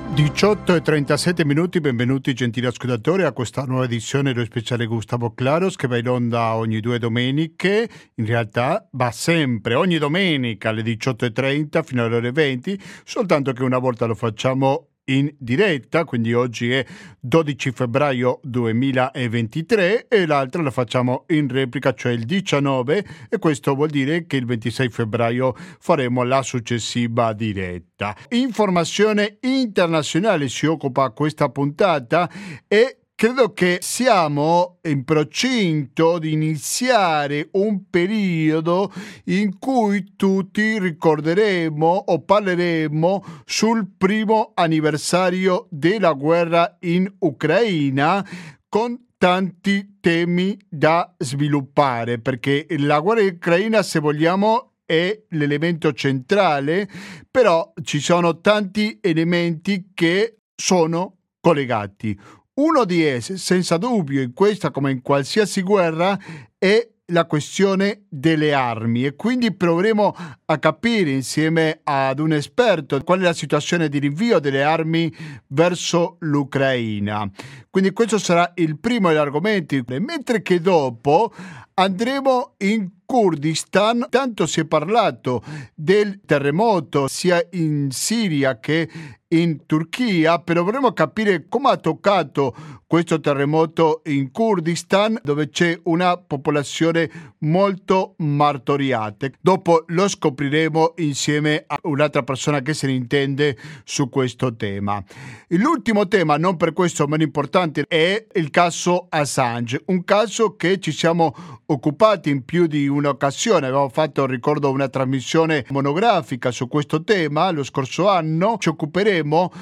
18:37, benvenuti gentili ascoltatori a questa nuova edizione dello speciale Gustavo Claros che va in onda ogni 2 domeniche, in realtà va sempre ogni domenica alle 18:30 fino alle ore 20, soltanto che una volta lo facciamo in diretta, quindi oggi è 12 febbraio 2023 e l'altra la facciamo in replica, cioè il 19, e questo vuol dire che il 26 febbraio faremo la successiva diretta. Informazione internazionale si occupa questa puntata e credo che siamo in procinto di iniziare un periodo in cui tutti ricorderemo o parleremo sul primo anniversario della guerra in Ucraina, con tanti temi da sviluppare, perché la guerra in Ucraina, se vogliamo, è l'elemento centrale, però ci sono tanti elementi che sono collegati. Uno di essi, senza dubbio, in questa come in qualsiasi guerra, è la questione delle armi, e quindi proveremo a capire insieme ad un esperto qual è la situazione di rinvio delle armi verso l'Ucraina. Quindi questo sarà il primo degli argomenti, mentre che dopo andremo in Kurdistan. Tanto si è parlato del terremoto sia in Siria che in Turchia, però vorremmo capire come ha toccato questo terremoto in Kurdistan, dove c'è una popolazione molto martoriata. Dopo lo scopriremo insieme a un'altra persona che se ne intende su questo tema. L'ultimo tema, non per questo meno importante, è il caso Assange, un caso che ci siamo occupati in più di un'occasione. Abbiamo fatto, ricordo, una trasmissione monografica su questo tema lo scorso anno. Ci occuperemo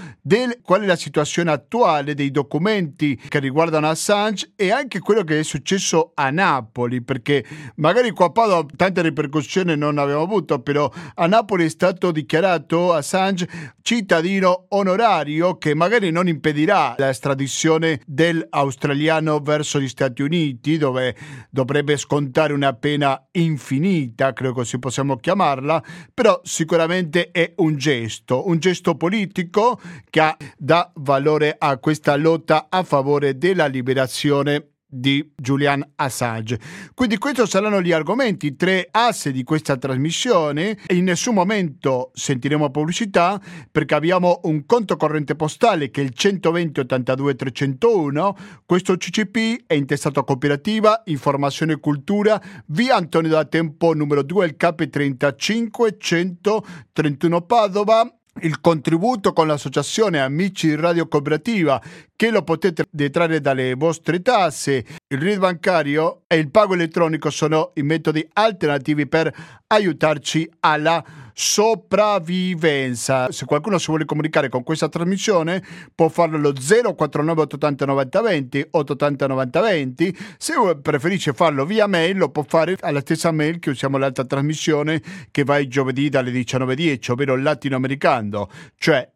del qual è la situazione attuale dei documenti che riguardano Assange e anche quello che è successo a Napoli, perché magari qua a Padova tante ripercussioni non abbiamo avuto, però a Napoli è stato dichiarato Assange cittadino onorario, che magari non impedirà la estradizione dell'australiano verso gli Stati Uniti, dove dovrebbe scontare una pena infinita, credo così possiamo chiamarla, però sicuramente è un gesto politico che dà valore a questa lotta a favore della liberazione di Julian Assange. Quindi questi saranno gli argomenti, 3 assi di questa trasmissione. In nessun momento sentiremo pubblicità, perché abbiamo un conto corrente postale che è il 120 82 301. Questo CCP è intestato a Cooperativa Informazione e Cultura, via Antonio da Tempo numero 2, il CAP 35 131 Padova. Il contributo con l'associazione Amici Radio Cooperativa, che lo potete detrarre dalle vostre tasse. Il RID bancario e il pago elettronico sono i metodi alternativi per aiutarci alla sopravvivenza. Se qualcuno si vuole comunicare con questa trasmissione può farlo allo 049 880 90 20 880 90 20. Se preferisce farlo via mail lo può fare alla stessa mail che usiamo l'altra trasmissione, che va il giovedì dalle 19:10, ovvero latinoamericano, cioè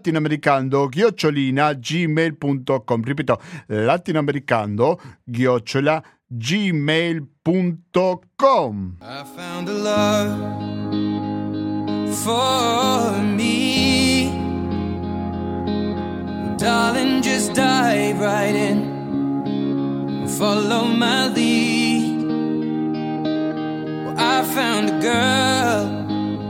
latinoamericando@gmail.com. Ripeto, latinoamericando@gmail.com. I found a love for me, darling, just dive right in, follow my lead. Well, I found a girl,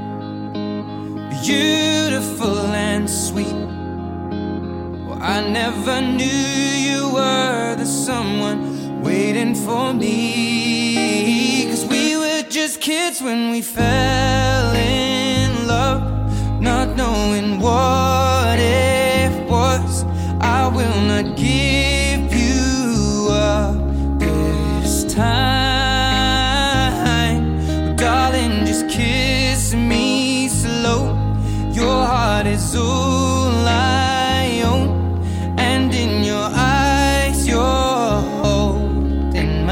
beautiful and sweet. Well, I never knew you were the someone waiting for me, 'cause we were just kids when we fell in love, not knowing what it was. I will not give you up this time, darling, just kiss me slow. Your heart is all I own, and in your eyes you're holding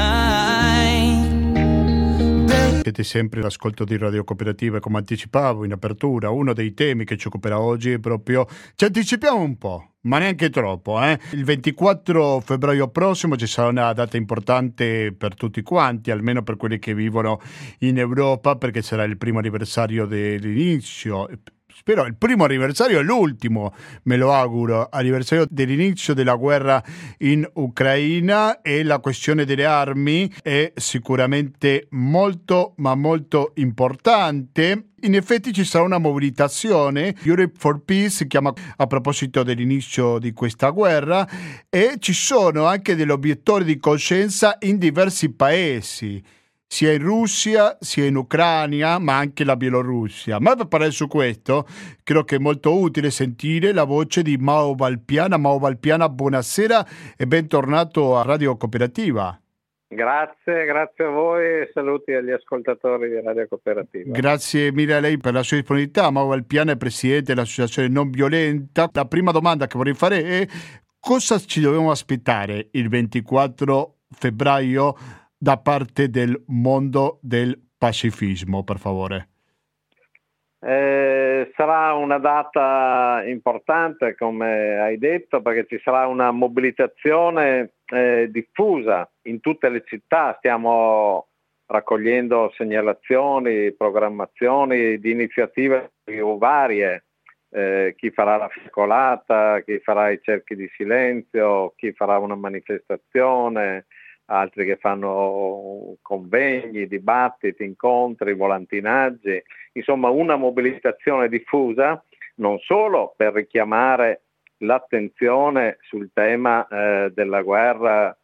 mine. Siete sempre all'ascolto di Radio Cooperativa. Come anticipavo in apertura, uno dei temi che ci occuperà oggi è proprio, ci anticipiamo un po', ma neanche troppo, Il 24 febbraio prossimo ci sarà una data importante per tutti quanti, almeno per quelli che vivono in Europa, perché sarà il primo anniversario dell'inizio, spero il primo anniversario e l'ultimo, me lo auguro, anniversario dell'inizio della guerra in Ucraina, e la questione delle armi è sicuramente molto ma molto importante. In effetti ci sarà una mobilitazione, Europe for Peace si chiama, a proposito dell'inizio di questa guerra, e ci sono anche degli obiettori di coscienza in diversi paesi, sia in Russia, sia in Ucraina, ma anche la Bielorussia. Ma per parlare su questo, credo che è molto utile sentire la voce di Mao Valpiana. Mao Valpiana, buonasera e bentornato a Radio Cooperativa. Grazie a voi e saluti agli ascoltatori di Radio Cooperativa. Grazie mille a lei per la sua disponibilità. Mao Valpiana è presidente dell'Associazione Non Violenta. La prima domanda che vorrei fare è: cosa ci dobbiamo aspettare il 24 febbraio da parte del mondo del pacifismo, per favore? Sarà una data importante, come hai detto, perché ci sarà una mobilitazione diffusa in tutte le città. Stiamo raccogliendo segnalazioni, programmazioni di iniziative varie, chi farà la fiaccolata, chi farà i cerchi di silenzio, chi farà una manifestazione, altri che fanno convegni, dibattiti, incontri, volantinaggi, insomma una mobilitazione diffusa, non solo per richiamare l'attenzione sul tema della guerra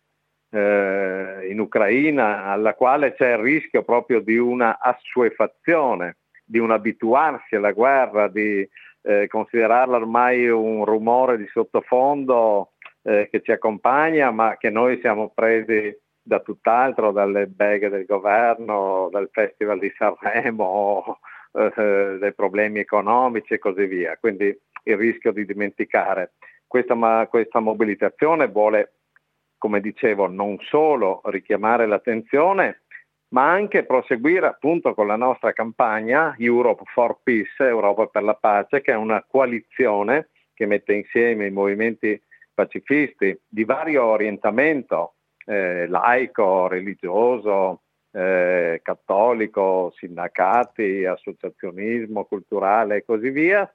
in Ucraina, alla quale c'è il rischio proprio di una assuefazione, di un abituarsi alla guerra, di considerarla ormai un rumore di sottofondo che ci accompagna, ma che noi siamo presi da tutt'altro, dalle beghe del governo, dal Festival di Sanremo, dai problemi economici e così via. Quindi il rischio di dimenticare. Questa mobilitazione vuole, come dicevo, non solo richiamare l'attenzione, ma anche proseguire appunto con la nostra campagna Europe for Peace, Europa per la pace, che è una coalizione che mette insieme i movimenti pacifisti di vario orientamento, laico, religioso, cattolico, sindacati, associazionismo culturale e così via,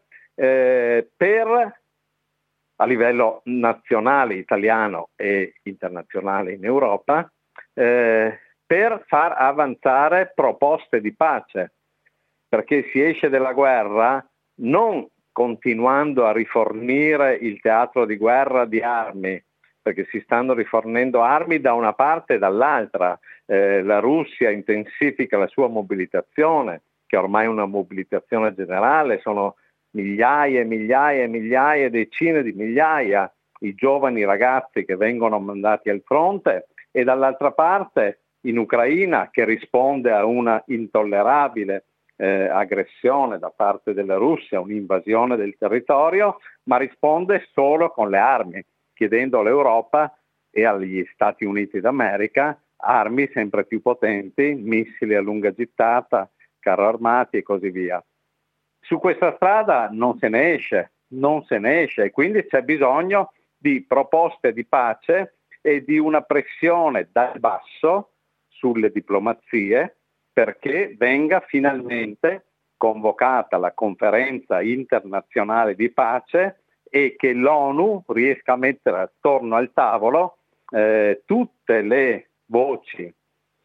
per, a livello nazionale italiano e internazionale in Europa, per far avanzare proposte di pace, perché si esce dalla guerra non continuando a rifornire il teatro di guerra di armi, perché si stanno rifornendo armi da una parte e dall'altra. La Russia intensifica la sua mobilitazione, che ormai è una mobilitazione generale, sono migliaia e migliaia e migliaia, decine di migliaia i giovani ragazzi che vengono mandati al fronte, e dall'altra parte in Ucraina, che risponde a una intollerabile aggressione da parte della Russia, un'invasione del territorio, ma risponde solo con le armi, chiedendo all'Europa e agli Stati Uniti d'America armi sempre più potenti, missili a lunga gittata, carro armati e così via. Su questa strada non se ne esce, e quindi c'è bisogno di proposte di pace e di una pressione dal basso sulle diplomazie, perché venga finalmente convocata la conferenza internazionale di pace e che l'ONU riesca a mettere attorno al tavolo tutte le voci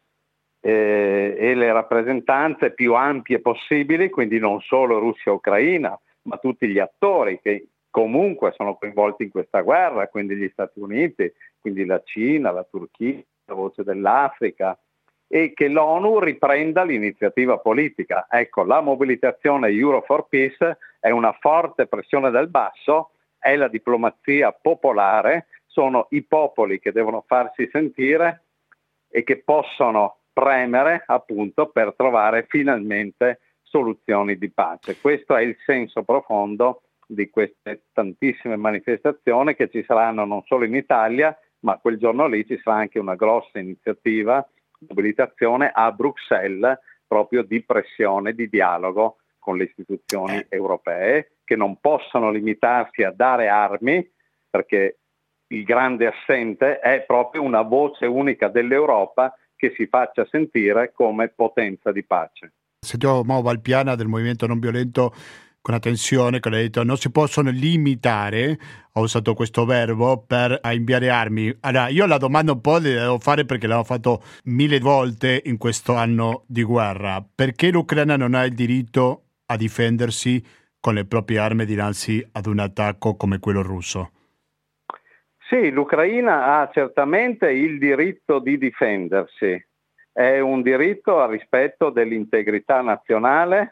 e le rappresentanze più ampie possibili, quindi non solo Russia e Ucraina, ma tutti gli attori che comunque sono coinvolti in questa guerra, quindi gli Stati Uniti, quindi la Cina, la Turchia, la voce dell'Africa, e che l'ONU riprenda l'iniziativa politica. Ecco, la mobilitazione Euro for Peace è una forte pressione dal basso, è la diplomazia popolare, sono i popoli che devono farsi sentire e che possono premere appunto per trovare finalmente soluzioni di pace. Questo è il senso profondo di queste tantissime manifestazioni che ci saranno non solo in Italia, ma quel giorno lì ci sarà anche una grossa iniziativa, mobilitazione a Bruxelles, proprio di pressione, di dialogo con le istituzioni europee, che non possono limitarsi a dare armi, perché il grande assente è proprio una voce unica dell'Europa che si faccia sentire come potenza di pace. Sentiamo Mao Valpiana del Movimento Non Violento con attenzione, che ha detto non si possono limitare, ho usato questo verbo, per a inviare armi. Allora, io la domanda un po' la devo fare perché l'ho fatto 1000 volte in questo anno di guerra. Perché l'Ucraina non ha il diritto a difendersi con le proprie armi dinanzi ad un attacco come quello russo? Sì, l'Ucraina ha certamente il diritto di difendersi, è un diritto al rispetto dell'integrità nazionale,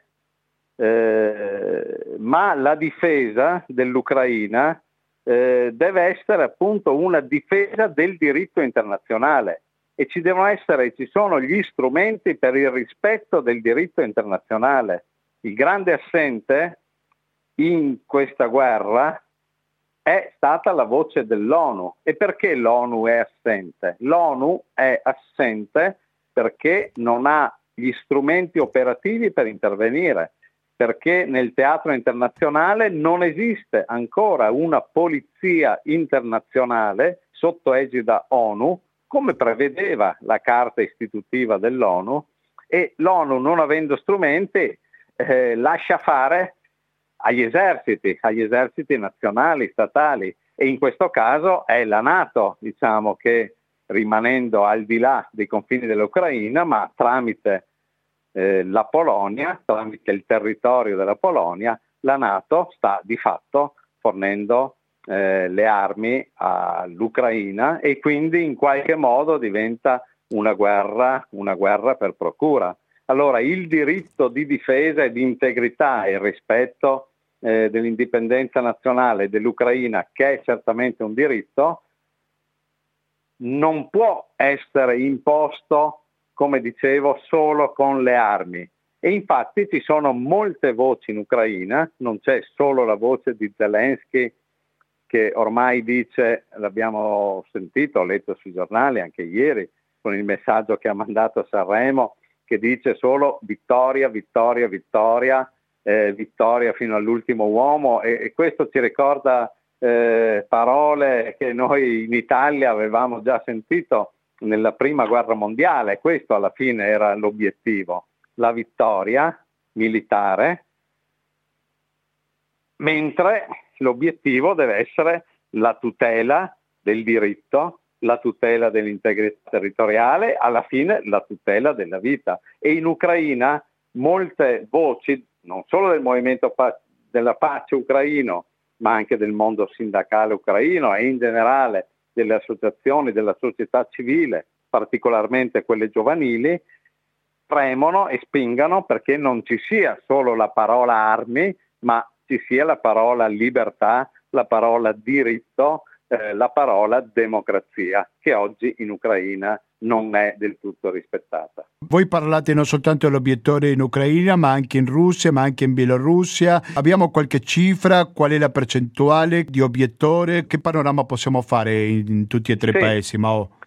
ma la difesa dell'Ucraina deve essere appunto una difesa del diritto internazionale e ci sono gli strumenti per il rispetto del diritto internazionale. Il grande assente in questa guerra è stata la voce dell'ONU. E perché l'ONU è assente? L'ONU è assente perché non ha gli strumenti operativi per intervenire, perché nel teatro internazionale non esiste ancora una polizia internazionale sotto egida ONU, come prevedeva la Carta istitutiva dell'ONU, e l'ONU, non avendo strumenti, lascia fare agli eserciti nazionali, statali, e in questo caso è la NATO, diciamo, che rimanendo al di là dei confini dell'Ucraina, ma tramite la Polonia, tramite il territorio della Polonia, la NATO sta di fatto fornendo le armi all'Ucraina e quindi in qualche modo diventa una guerra per procura. Allora il diritto di difesa e di integrità e il rispetto dell'indipendenza nazionale dell'Ucraina, che è certamente un diritto, non può essere imposto, come dicevo, solo con le armi. E infatti ci sono molte voci in Ucraina, non c'è solo la voce di Zelensky che ormai dice, l'abbiamo sentito, ho letto sui giornali anche ieri, con il messaggio che ha mandato a Sanremo, che dice solo vittoria, vittoria, vittoria, vittoria fino all'ultimo uomo, e questo ci ricorda parole che noi in Italia avevamo già sentito nella prima guerra mondiale. Questo alla fine era l'obiettivo, la vittoria militare, mentre l'obiettivo deve essere la tutela del diritto, la tutela dell'integrità territoriale, alla fine la tutela della vita. E in Ucraina molte voci, non solo del movimento della pace ucraino, ma anche del mondo sindacale ucraino e in generale delle associazioni della società civile, particolarmente quelle giovanili, premono e spingano perché non ci sia solo la parola armi, ma ci sia la parola libertà, la parola diritto, la parola democrazia, che oggi in Ucraina non è del tutto rispettata. Voi parlate non soltanto dell'obiettore in Ucraina, ma anche in Russia, ma anche in Bielorussia. Abbiamo qualche cifra? Qual è la percentuale di obiettore? Che panorama possiamo fare in tutti e tre i paesi?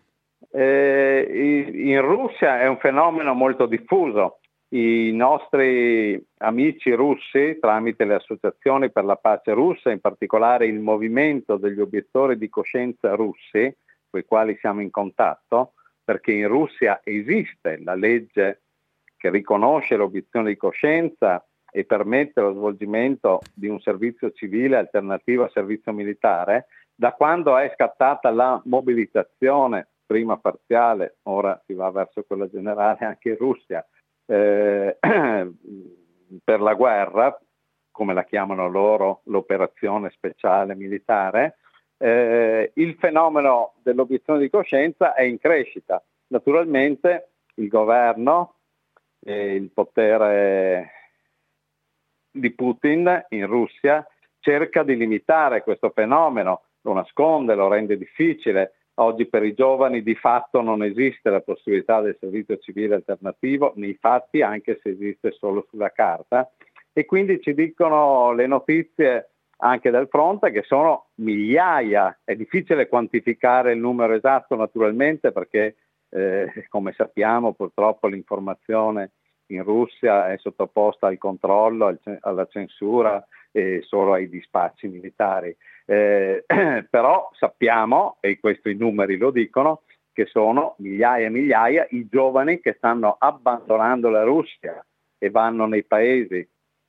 In Russia è un fenomeno molto diffuso. I nostri amici russi, tramite le associazioni per la pace russa, in particolare il movimento degli obiettori di coscienza russi, con i quali siamo in contatto, perché in Russia esiste la legge che riconosce l'obiezione di coscienza e permette lo svolgimento di un servizio civile alternativo al servizio militare. Da quando è scattata la mobilitazione, prima parziale, ora si va verso quella generale anche in Russia, per la guerra, come la chiamano loro, l'operazione speciale militare, il fenomeno dell'obiezione di coscienza è in crescita. Naturalmente il governo e il potere di Putin in Russia cerca di limitare questo fenomeno, lo nasconde, lo rende difficile. Oggi per i giovani di fatto non esiste la possibilità del servizio civile alternativo, nei fatti, anche se esiste solo sulla carta, e quindi ci dicono le notizie anche dal fronte che sono migliaia. È difficile quantificare il numero esatto naturalmente perché come sappiamo purtroppo l'informazione in Russia è sottoposta al controllo, alla censura e solo ai dispacci militari. Però sappiamo, e questi numeri lo dicono, che sono migliaia e migliaia i giovani che stanno abbandonando la Russia e vanno nei paesi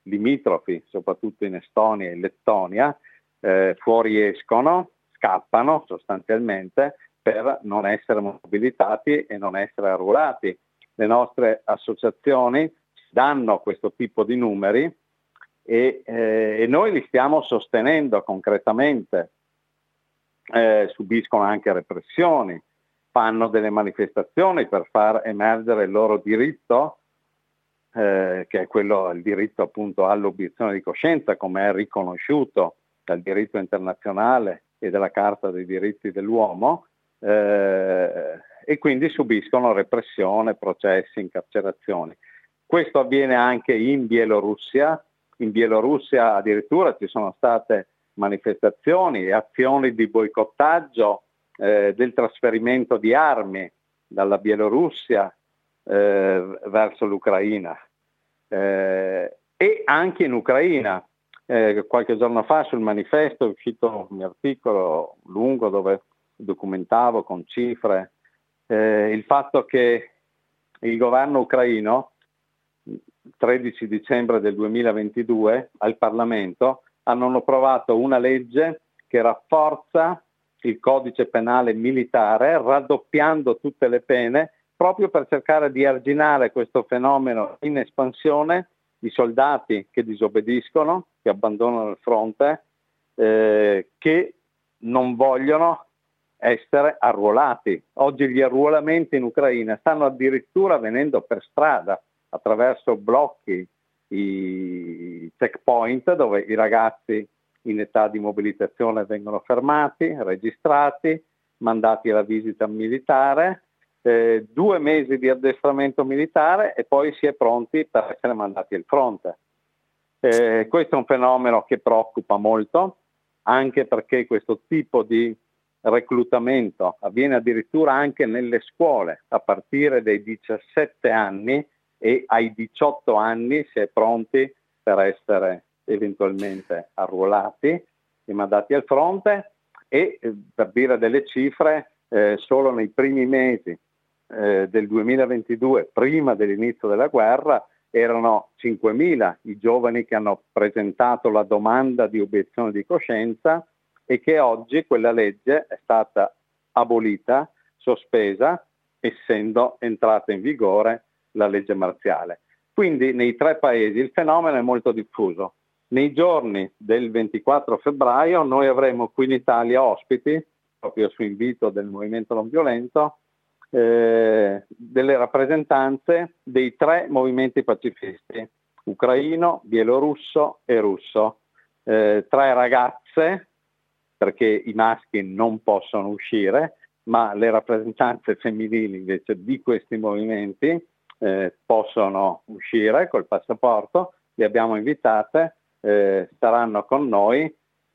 limitrofi, soprattutto in Estonia e in Lettonia, fuoriescono, scappano sostanzialmente per non essere mobilitati e non essere arruolati. Le nostre associazioni danno questo tipo di numeri e noi li stiamo sostenendo concretamente. Subiscono anche repressioni, fanno delle manifestazioni per far emergere il loro diritto, che è il diritto appunto all'obiezione di coscienza, come è riconosciuto dal diritto internazionale e dalla Carta dei diritti dell'uomo, e quindi subiscono repressione, processi, incarcerazioni. Questo avviene anche in Bielorussia. In Bielorussia addirittura ci sono state manifestazioni e azioni di boicottaggio del trasferimento di armi dalla Bielorussia verso l'Ucraina, e anche in Ucraina. Qualche giorno fa sul Manifesto è uscito un articolo lungo dove documentavo con cifre il fatto che il governo ucraino 13 dicembre del 2022 al Parlamento hanno approvato una legge che rafforza il codice penale militare, raddoppiando tutte le pene, proprio per cercare di arginare questo fenomeno in espansione di soldati che disobbediscono, che abbandonano il fronte, che non vogliono essere arruolati. Oggi gli arruolamenti in Ucraina stanno addirittura avvenendo per strada, attraverso blocchi, i checkpoint dove i ragazzi in età di mobilitazione vengono fermati, registrati, mandati alla visita militare, 2 mesi di addestramento militare e poi si è pronti per essere mandati al fronte. Questo è un fenomeno che preoccupa molto, anche perché questo tipo di reclutamento avviene addirittura anche nelle scuole, a partire dai 17 anni e ai 18 anni si è pronti per essere eventualmente arruolati e mandati al fronte. E per dire delle cifre, solo nei primi mesi del 2022, prima dell'inizio della guerra, erano 5.000 i giovani che hanno presentato la domanda di obiezione di coscienza e che oggi quella legge è stata abolita, sospesa, essendo entrata in vigore la legge marziale. Quindi nei 3 paesi il fenomeno è molto diffuso. Nei giorni del 24 febbraio noi avremo qui in Italia ospiti, proprio su invito del Movimento Non Violento, delle rappresentanze dei 3 movimenti pacifisti, ucraino, bielorusso e russo. 3 ragazze, perché i maschi non possono uscire, ma le rappresentanze femminili invece di questi movimenti possono uscire col passaporto. Le abbiamo invitate, saranno con noi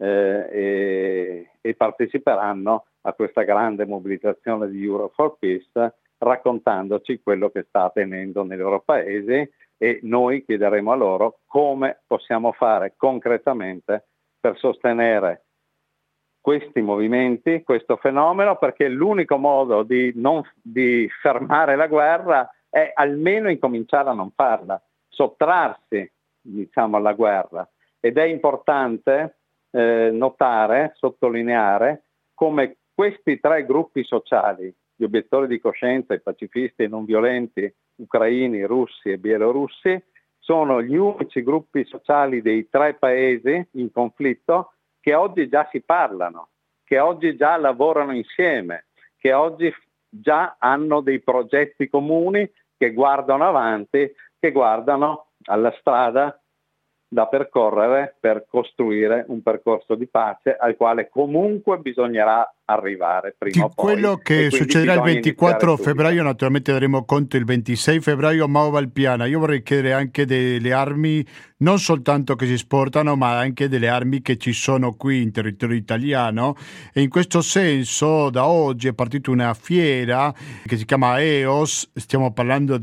e parteciperanno a questa grande mobilitazione di Europe for Peace, raccontandoci quello che sta avvenendo nei loro paesi, e noi chiederemo a loro come possiamo fare concretamente per sostenere questi movimenti, questo fenomeno, perché l'unico modo di fermare la guerra è almeno incominciare a non farla, sottrarsi, diciamo, alla guerra. Ed è importante notare, sottolineare come questi 3 gruppi sociali, gli obiettori di coscienza, i pacifisti e non violenti, ucraini, russi e bielorussi, sono gli unici gruppi sociali dei 3 paesi in conflitto che oggi già si parlano, che oggi già lavorano insieme, che oggi già hanno dei progetti comuni, che guardano avanti, che guardano alla strada da percorrere per costruire un percorso di pace al quale comunque bisognerà arrivare prima o poi. Quello che succederà il 24 febbraio, naturalmente daremo conto il 26 febbraio a Malvalpiana. Io vorrei chiedere anche delle armi, non soltanto che si esportano, ma anche delle armi che ci sono qui in territorio italiano, e in questo senso da oggi è partita una fiera che si chiama EOS, stiamo parlando di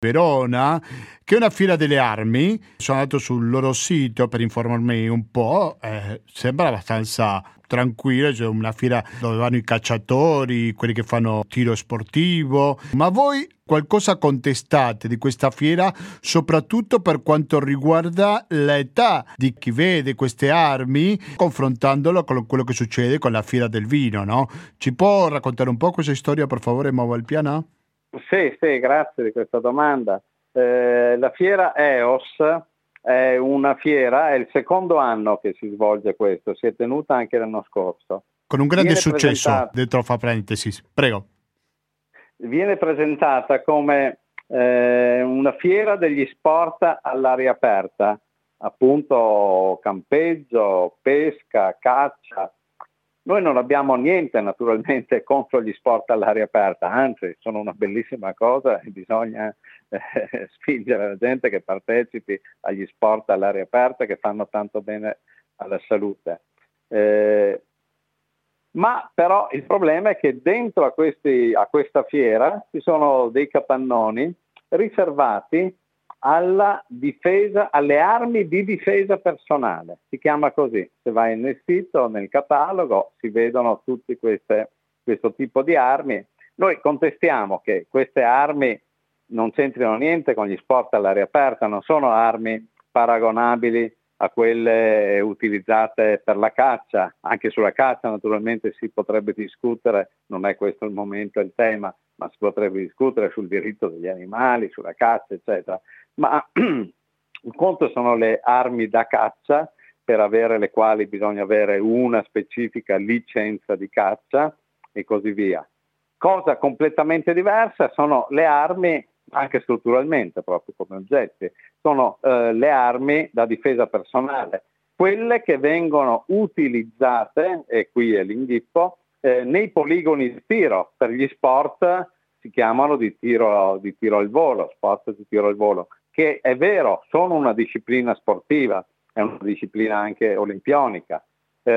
Verona, che è una fiera delle armi. Sono andato sul loro sito per informarmi un po', sembra abbastanza tranquilla, c'è una fiera dove vanno i cacciatori, quelli che fanno tiro sportivo. Ma voi qualcosa contestate di questa fiera, soprattutto per quanto riguarda l'età di chi vede queste armi, confrontandolo con quello che succede con la fiera del vino, no? Ci può raccontare un po' questa storia, per favore, Mauro Alpiana? Sì, grazie di questa domanda. La fiera EOS è una fiera, è il secondo anno che si svolge questo, si è tenuta anche l'anno scorso. Con un grande successo, dentro fra parentesi, prego. Viene presentata come una fiera degli sport all'aria aperta, appunto campeggio, pesca, caccia. Noi non abbiamo niente naturalmente contro gli sport all'aria aperta, anzi sono una bellissima cosa e bisogna spingere la gente che partecipi agli sport all'aria aperta che fanno tanto bene alla salute. Ma però il problema è che dentro a questa fiera ci sono dei capannoni riservati alla difesa, alle armi di difesa personale, si chiama così. Se vai nel sito, nel catalogo, si vedono tutti questo tipo di armi. Noi contestiamo che queste armi non c'entrino niente con gli sport all'aria aperta, non sono armi paragonabili a quelle utilizzate per la caccia. Anche sulla caccia naturalmente si potrebbe discutere, non è questo il momento e il tema, ma si potrebbe discutere sul diritto degli animali, sulla caccia, eccetera. Ma un conto sono le armi da caccia, per avere le quali bisogna avere una specifica licenza di caccia e così via. Cosa completamente diversa sono le armi, anche strutturalmente, proprio come oggetti, sono le armi da difesa personale, quelle che vengono utilizzate, e qui è l'inghippo, nei poligoni di tiro. Per gli sport si chiamano di tiro al volo, sport di tiro al volo, che è vero, sono una disciplina sportiva, è una disciplina anche olimpionica,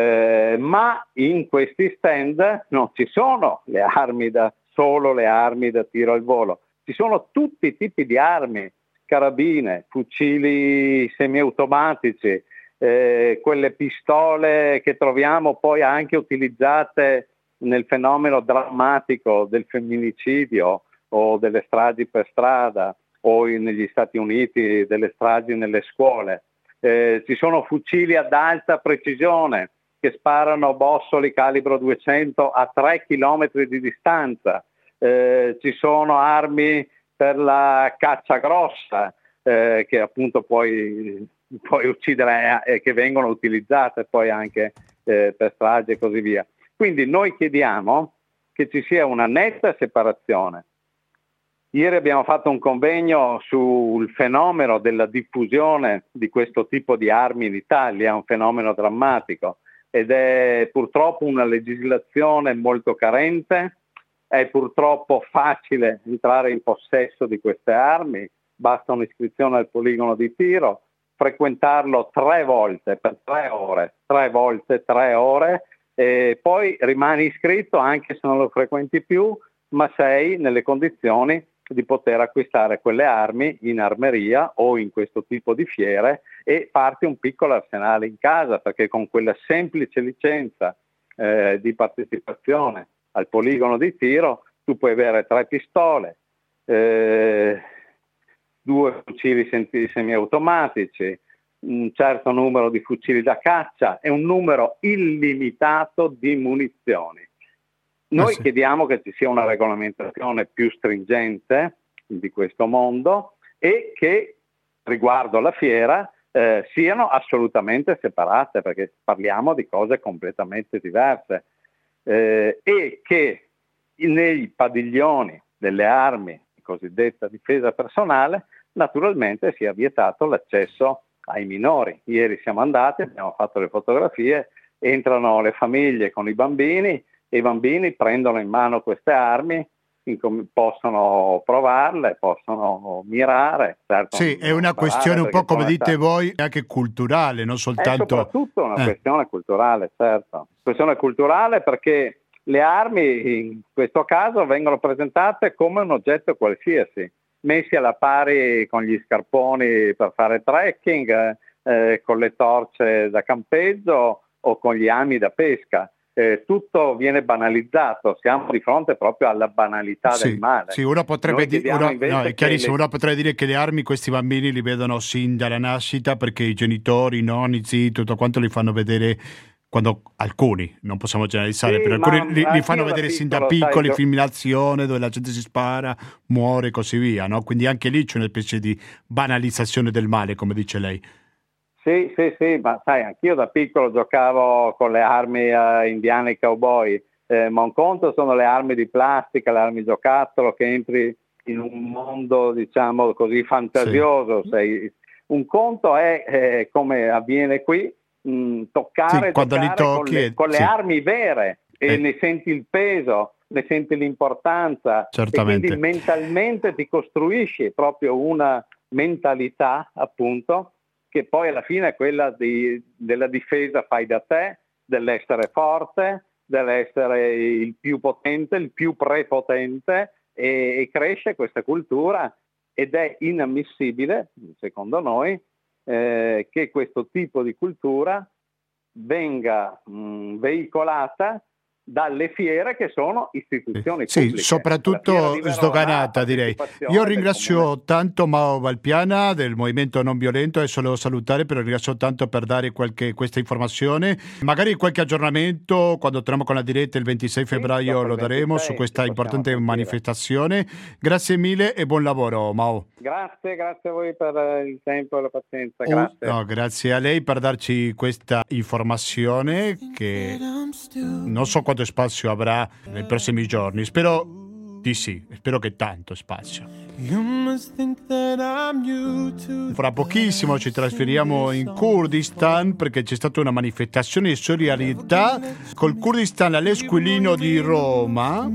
ma in questi stand non ci sono solo le armi da tiro al volo, ci sono tutti i tipi di armi, carabine, fucili semiautomatici, quelle pistole che troviamo poi anche utilizzate nel fenomeno drammatico del femminicidio o delle stragi per strada, o negli Stati Uniti delle stragi nelle scuole. Ci sono fucili ad alta precisione che sparano bossoli calibro 200 a 3 chilometri di distanza. Ci sono armi per la caccia grossa che appunto puoi uccidere e che vengono utilizzate poi anche per stragi e così via. Quindi noi chiediamo che ci sia una netta separazione. Ieri abbiamo fatto un convegno sul fenomeno della diffusione di questo tipo di armi in Italia, un fenomeno drammatico, ed è purtroppo una legislazione molto carente, è purtroppo facile entrare in possesso di queste armi, basta un'iscrizione al poligono di tiro, frequentarlo 3 volte per 3 ore, 3 volte 3 ore, e poi rimani iscritto anche se non lo frequenti più, ma sei nelle condizioni di poter acquistare quelle armi in armeria o in questo tipo di fiere e farti un piccolo arsenale in casa, perché con quella semplice licenza di partecipazione al poligono di tiro tu puoi avere 3 pistole, 2 fucili semiautomatici, un certo numero di fucili da caccia e un numero illimitato di munizioni. Noi chiediamo che ci sia una regolamentazione più stringente di questo mondo e che riguardo alla fiera siano assolutamente separate, perché parliamo di cose completamente diverse, e che nei padiglioni delle armi, cosiddetta difesa personale, naturalmente sia vietato l'accesso ai minori. Ieri siamo andati, abbiamo fatto le fotografie, entrano le famiglie con i bambini e i bambini prendono in mano queste armi, possono provarle, possono mirare. Certo, sì, è una questione un po', come dite voi, anche culturale, non soltanto... È soprattutto una questione culturale, certo. Questione culturale perché le armi in questo caso vengono presentate come un oggetto qualsiasi. messi alla pari con gli scarponi per fare trekking, con le torce da campeggio o con gli ami da pesca. Tutto viene banalizzato, siamo di fronte proprio alla banalità del male. Sì, uno potrebbe uno potrebbe dire che le armi questi bambini li vedono sin dalla nascita, perché i genitori, i nonni, zii, tutto quanto li fanno vedere, quando alcuni, non possiamo generalizzare, però alcuni li fanno vedere sin da piccoli, film in azione dove la gente si spara, muore e così via, no? Quindi anche lì c'è una specie di banalizzazione del male, come dice lei. Sì, ma sai, anch'io da piccolo giocavo con le armi indiane cowboy, ma un conto sono le armi di plastica, le armi giocattolo, che entri in un mondo, diciamo così, fantasioso. Sì. Un conto è come avviene qui, toccare con le armi vere, e ne senti il peso, ne senti l'importanza. Certamente. E quindi mentalmente ti costruisci proprio una mentalità, appunto, che poi alla fine è quella della difesa fai da te, dell'essere forte, dell'essere il più potente, il più prepotente, e cresce questa cultura, ed è inammissibile, secondo noi, che questo tipo di cultura venga veicolata dalle fiere che sono istituzioni pubbliche. Sì, soprattutto sdoganata, direi. Io ringrazio tanto Mao Valpiana del Movimento Non Violento, adesso lo devo salutare, però ringrazio tanto per dare questa informazione. Magari qualche aggiornamento quando torniamo con la diretta il 26 febbraio lo daremo su questa importante manifestazione. Grazie mille e buon lavoro, Mao. Grazie a voi per il tempo e la pazienza. Grazie. Grazie a lei per darci questa informazione che non so quanto spazio avrà nei prossimi giorni. Spero di sì, spero che tanto spazio. Fra pochissimo ci trasferiamo in Kurdistan, perché c'è stata una manifestazione di solidarietà col Kurdistan all'Esquilino di Roma.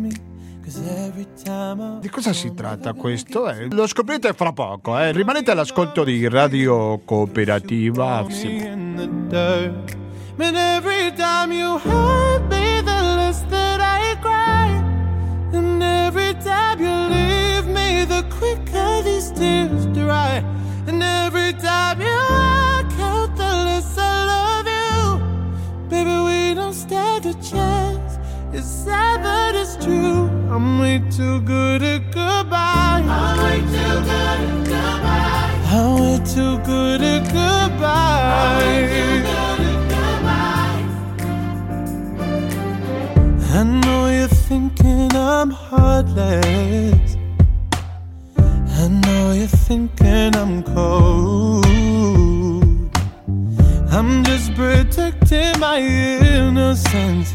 Di cosa si tratta questo? Lo scoprirete fra poco. Rimanete all'ascolto di Radio Cooperativa. But every time you hurt me, the less that I cry. And every time you leave me, the quicker these tears dry. And every time you walk out, the less I love you. Baby, we don't stand a chance. It's sad, but it's true. I'm way too good at goodbye. I'm way too good at goodbye. I'm way too good at goodbye. I'm way too good at goodbye. I know you're thinking I'm heartless. I know you're thinking I'm cold. I'm just protecting my innocence.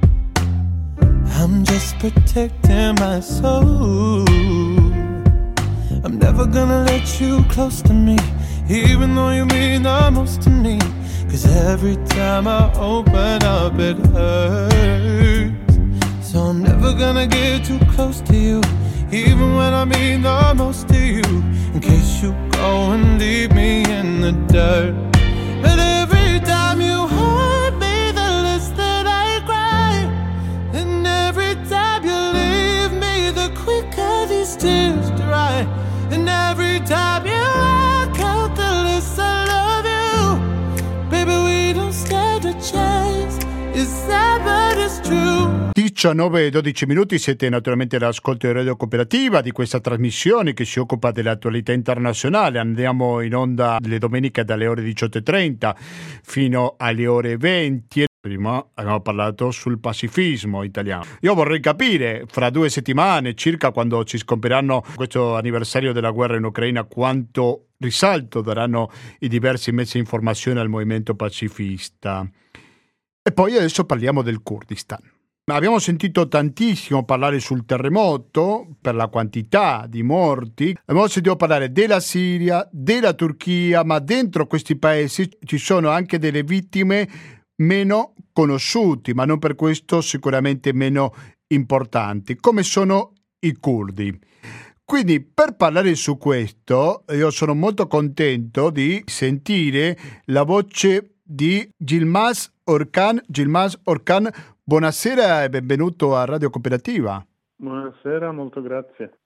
I'm just protecting my soul. I'm never gonna let you close to me, even though you mean the most to me. 'Cause every time I open up it hurts. So I'm never gonna get too close to you, even when I mean the most to you, in case you go and leave me in the dirt. But every time you hurt me, the less that I cry. And every time you leave me, the quicker these tears dry. And every time you walk out, the less I love you. Baby, we don't stand a chance. It's sad, but it's true. 19 e 12 minuti, siete naturalmente all'ascolto di Radio Cooperativa, di questa trasmissione che si occupa dell'attualità internazionale. Andiamo in onda le domeniche dalle ore 18:30 fino alle ore 20. Prima abbiamo parlato sul pacifismo italiano. Io vorrei capire, fra 2 settimane circa, quando ci scompiranno questo anniversario della guerra in Ucraina, quanto risalto daranno i diversi mezzi di informazione al movimento pacifista. E poi adesso parliamo del Kurdistan. Abbiamo sentito tantissimo parlare sul terremoto per la quantità di morti. Abbiamo sentito parlare della Siria, della Turchia, ma dentro questi paesi ci sono anche delle vittime meno conosciute, ma non per questo sicuramente meno importanti, come sono i curdi. Quindi per parlare su questo io sono molto contento di sentire la voce di Yilmaz Orkan. Yilmaz Orkan, buonasera e benvenuto a Radio Cooperativa. Buonasera, molto grazie.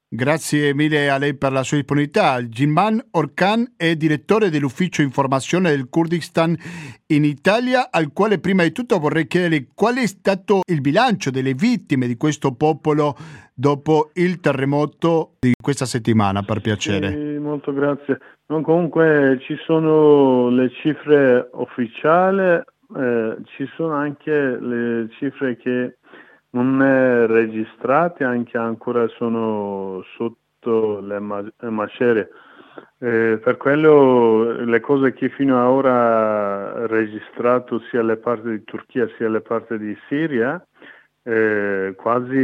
Grazie mille a lei per la sua disponibilità. Gilman Orkan è direttore dell'ufficio informazione del Kurdistan in Italia, al quale prima di tutto vorrei chiedere qual è stato il bilancio delle vittime di questo popolo dopo il terremoto di questa settimana, per piacere. Sì, molto grazie. No, comunque ci sono le cifre ufficiali, ci sono anche le cifre che non è registrate, anche ancora sono sotto le macerie. Per quello le cose che fino ad ora ha registrato sia le parti di Turchia sia le parti di Siria, quasi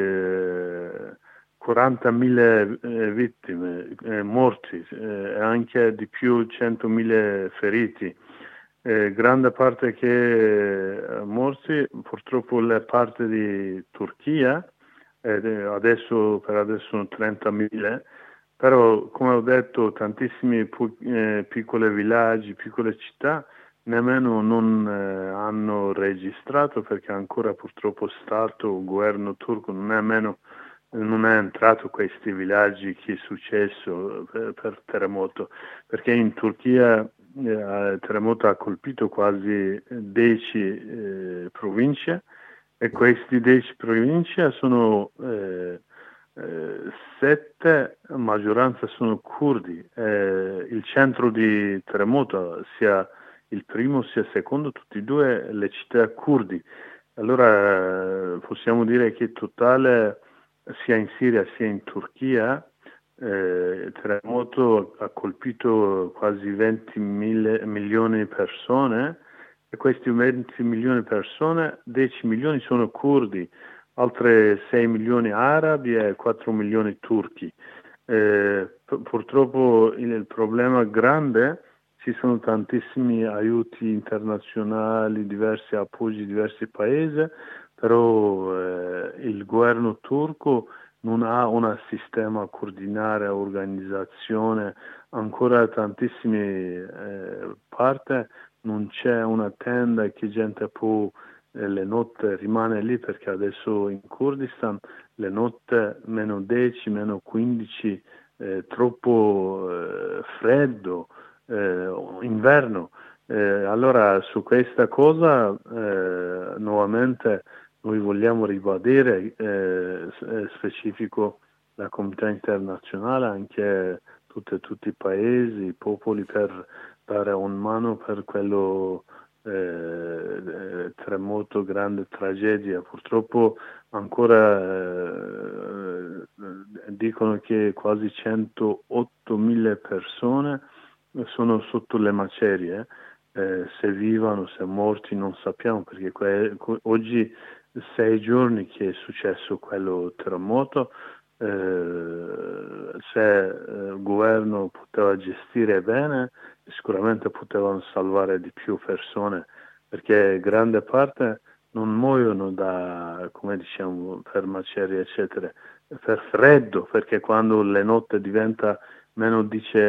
40.000 vittime morti e anche di più 100.000 feriti. Grande parte che morti, purtroppo le parti di Turchia, adesso sono 30.000, però come ho detto tantissimi piccoli villaggi, piccole città nemmeno non hanno registrato, perché ancora purtroppo Stato, il governo turco non è entrato in questi villaggi che è successo per terremoto, perché in Turchia il terremoto ha colpito quasi 10 province, e queste 10 province sono 7, maggioranza sono curdi. Il centro di terremoto, sia il primo sia il secondo, tutti e due le città curdi. Allora possiamo dire che il totale sia in Siria sia in Turchia il terremoto ha colpito quasi 20 milioni di persone, e questi 20 milioni di persone, 10 milioni sono curdi, altre 6 milioni arabi e 4 milioni turchi. Purtroppo il problema grande, ci sono tantissimi aiuti internazionali, diversi appoggi di diversi paesi, però il governo turco non ha un sistema coordinare, organizzazione, ancora tantissime parti non c'è una tenda che gente può le notte rimane lì, perché adesso in Kurdistan le notte meno 10, meno 15, troppo freddo, inverno. Allora su questa cosa nuovamente noi vogliamo ribadire specifico la comunità internazionale, anche tutti i paesi, i popoli, per dare un mano per quello terremoto, grande tragedia. Purtroppo ancora dicono che quasi 108.000 persone sono sotto le macerie, se vivono, se morti non sappiamo, perché oggi 6 giorni che è successo quello terremoto. Se il governo poteva gestire bene, sicuramente potevano salvare di più persone, perché grande parte non muoiono da, come diciamo, per macerie eccetera, per freddo, perché quando le notte diventa meno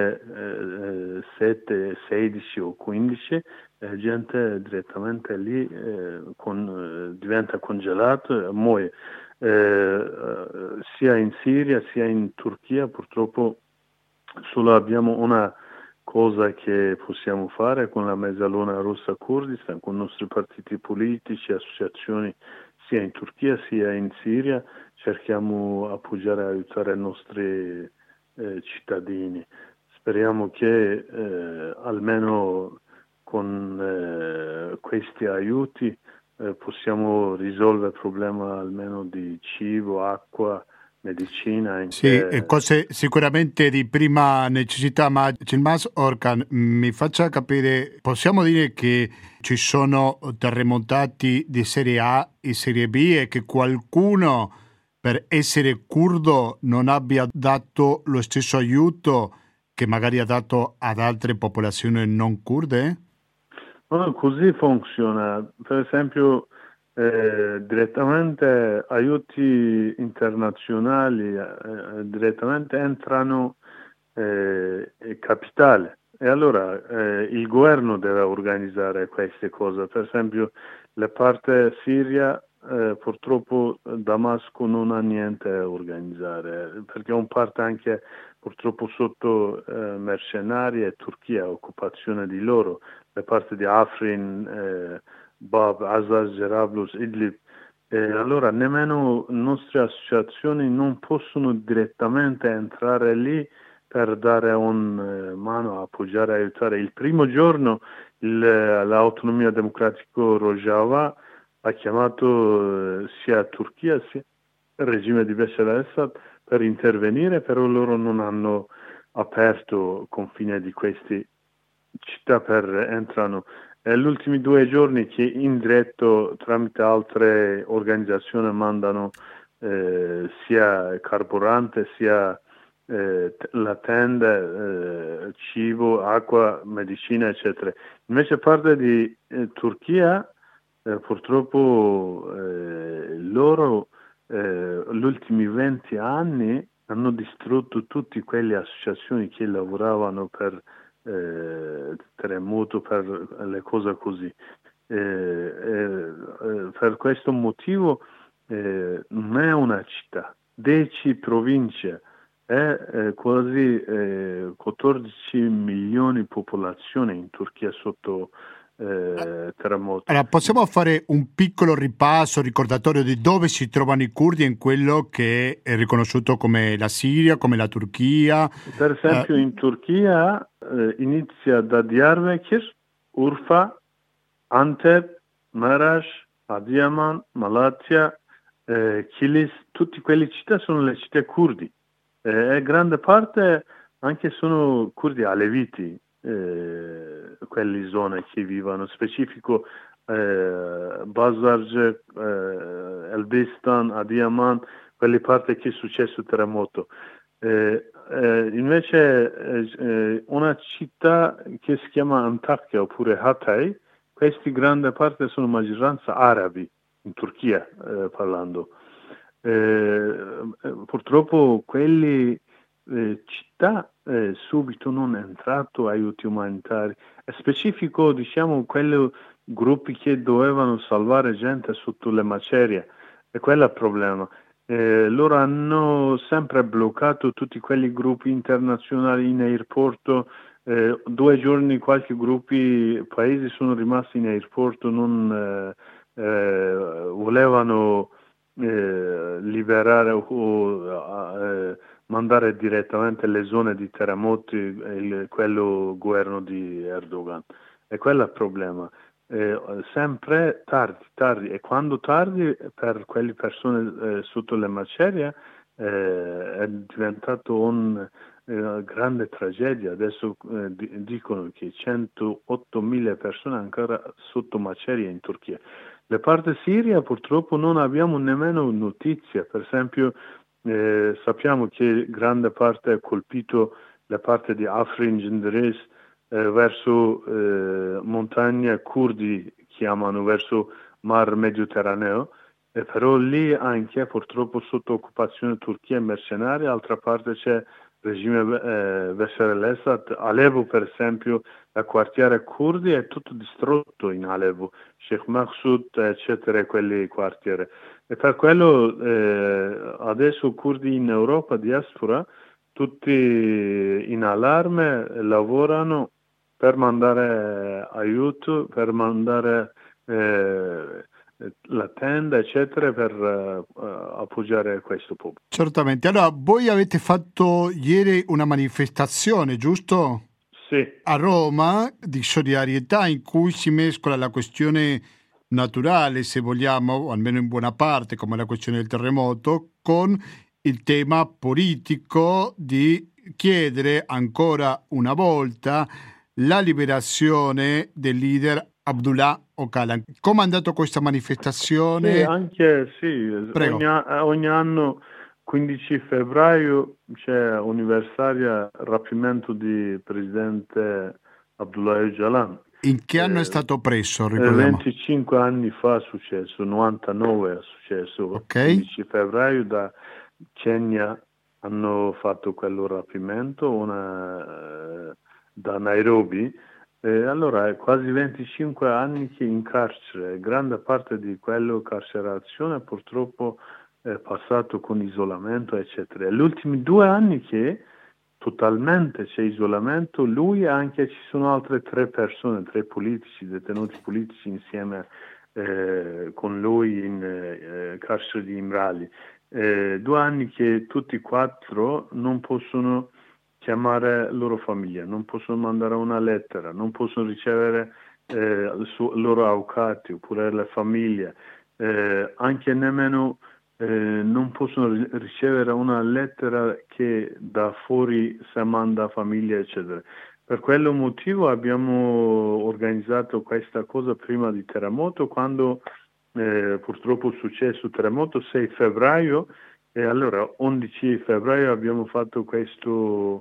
17, 16 o 15, la gente direttamente lì diventa congelato e muore. Sia in Siria sia in Turchia purtroppo solo abbiamo una cosa che possiamo fare con la Mezzaluna Rossa Kurdistan, con i nostri partiti politici, associazioni sia in Turchia sia in Siria, cerchiamo di appoggiare e aiutare i nostri cittadini. Speriamo che almeno con questi aiuti possiamo risolvere il problema almeno di cibo, acqua, medicina. Sì, cose sicuramente di prima necessità, ma Yilmaz Orkan mi faccia capire, possiamo dire che ci sono terremotati di serie A e serie B e che qualcuno per essere curdo non abbia dato lo stesso aiuto che magari ha dato ad altre popolazioni non kurde? No, così funziona. Per esempio, direttamente aiuti internazionali direttamente entrano in capitale, e allora il governo deve organizzare queste cose. Per esempio, la parte Siria purtroppo Damasco non ha niente a organizzare, perché è un parte anche purtroppo sotto mercenari e Turchia, occupazione di loro, le parti di Afrin, Bab, Azaz, Jarablus, Idlib. Allora nemmeno nostre associazioni non possono direttamente entrare lì per dare un mano, appoggiare, aiutare. Il primo giorno l'autonomia democratico Rojava ha chiamato sia Turchia sia il regime di Bashar al-Assad per intervenire, però loro non hanno aperto confine di queste città per entrano. Gli ultimi 2 giorni che in diretto tramite altre organizzazioni mandano sia carburante sia la tenda, cibo, acqua, medicina, eccetera. Invece parte di Turchia, purtroppo loro gli ultimi 20 anni hanno distrutto tutte quelle associazioni che lavoravano per terremoto, per le cose così. Per questo motivo non è una città, 10 province, è quasi 14 milioni di popolazione in Turchia sotto terremoto. Allora, possiamo fare un piccolo ripasso, ricordatorio di dove si trovano i curdi in quello che è riconosciuto come la Siria, come la Turchia? Per esempio in Turchia inizia da Diyarbakır, Urfa, Antep, Maraş, Adıyaman, Malatya, Kilis, tutte quelle città sono le città curdi. E grande parte anche sono curdi aleviti, quelle zone che vivono, specifico Bazarce, Elbistan, Adıyaman, quelle parti che è successo il terremoto. Invece una città che si chiama Antakya oppure Hatay, questi grande parte sono maggioranza arabi in Turchia parlando. Purtroppo quelle città subito non è entrato aiuti umanitari, è specifico diciamo quelli gruppi che dovevano salvare gente sotto le macerie, e quello è il problema. Loro hanno sempre bloccato tutti quelli gruppi internazionali in aeroporto. 2 giorni qualche gruppi paesi sono rimasti in aeroporto, non volevano liberare o mandare direttamente le zone di terremoti quello governo di Erdogan, e quello è il problema. Sempre tardi, e quando tardi per quelle persone sotto le macerie è diventato una grande tragedia. Adesso dicono che 108.000 persone ancora sotto macerie in Turchia. La parte Siria purtroppo non abbiamo nemmeno notizie. Per esempio sappiamo che grande parte ha colpito la parte di Afrin, Cengiz, verso montagne curdi, chiamano, verso mar Mediterraneo, però lì anche purtroppo sotto occupazione Turchia e mercenari. Altra parte c'è il regime Bashar al-Assad. Aleppo per esempio, il quartiere curdi è tutto distrutto in Aleppo, Sheikh Maksud eccetera, quelli quartieri, e per quello adesso curdi in Europa, diaspora, tutti in allarme, lavorano per mandare aiuto, per mandare la tenda, eccetera, per appoggiare questo popolo. Certamente. Allora, voi avete fatto ieri una manifestazione, giusto? Sì. A Roma, di solidarietà, in cui si mescola la questione naturale, se vogliamo, o almeno in buona parte, come la questione del terremoto, con il tema politico di chiedere ancora una volta la liberazione del leader Abdullah Öcalan. Come è andata questa manifestazione? Sì, anche sì. Ogni anno 15 febbraio c'è anniversario rapimento di presidente Abdullah Öcalan. In che anno è stato preso? Ricordiamo. 25 anni fa è successo, 99 è successo, Okay. 15 febbraio da Kenya hanno fatto quello rapimento, da Nairobi. Allora, è quasi 25 anni che in carcere, grande parte di quello carcerazione purtroppo è passato con isolamento, eccetera. Gli ultimi 2 anni che totalmente c'è isolamento, lui e anche ci sono altre 3 persone, 3 politici, detenuti politici insieme con lui in carcere di Imrali. 2 anni che tutti 4 non possono chiamare loro famiglia, non possono mandare una lettera, non possono ricevere loro avvocati oppure le famiglie, anche nemmeno non possono ricevere una lettera che da fuori se manda famiglia, eccetera. Per quello motivo abbiamo organizzato questa cosa prima di terremoto, quando purtroppo è successo terremoto 6 febbraio, e allora 11 febbraio abbiamo fatto questa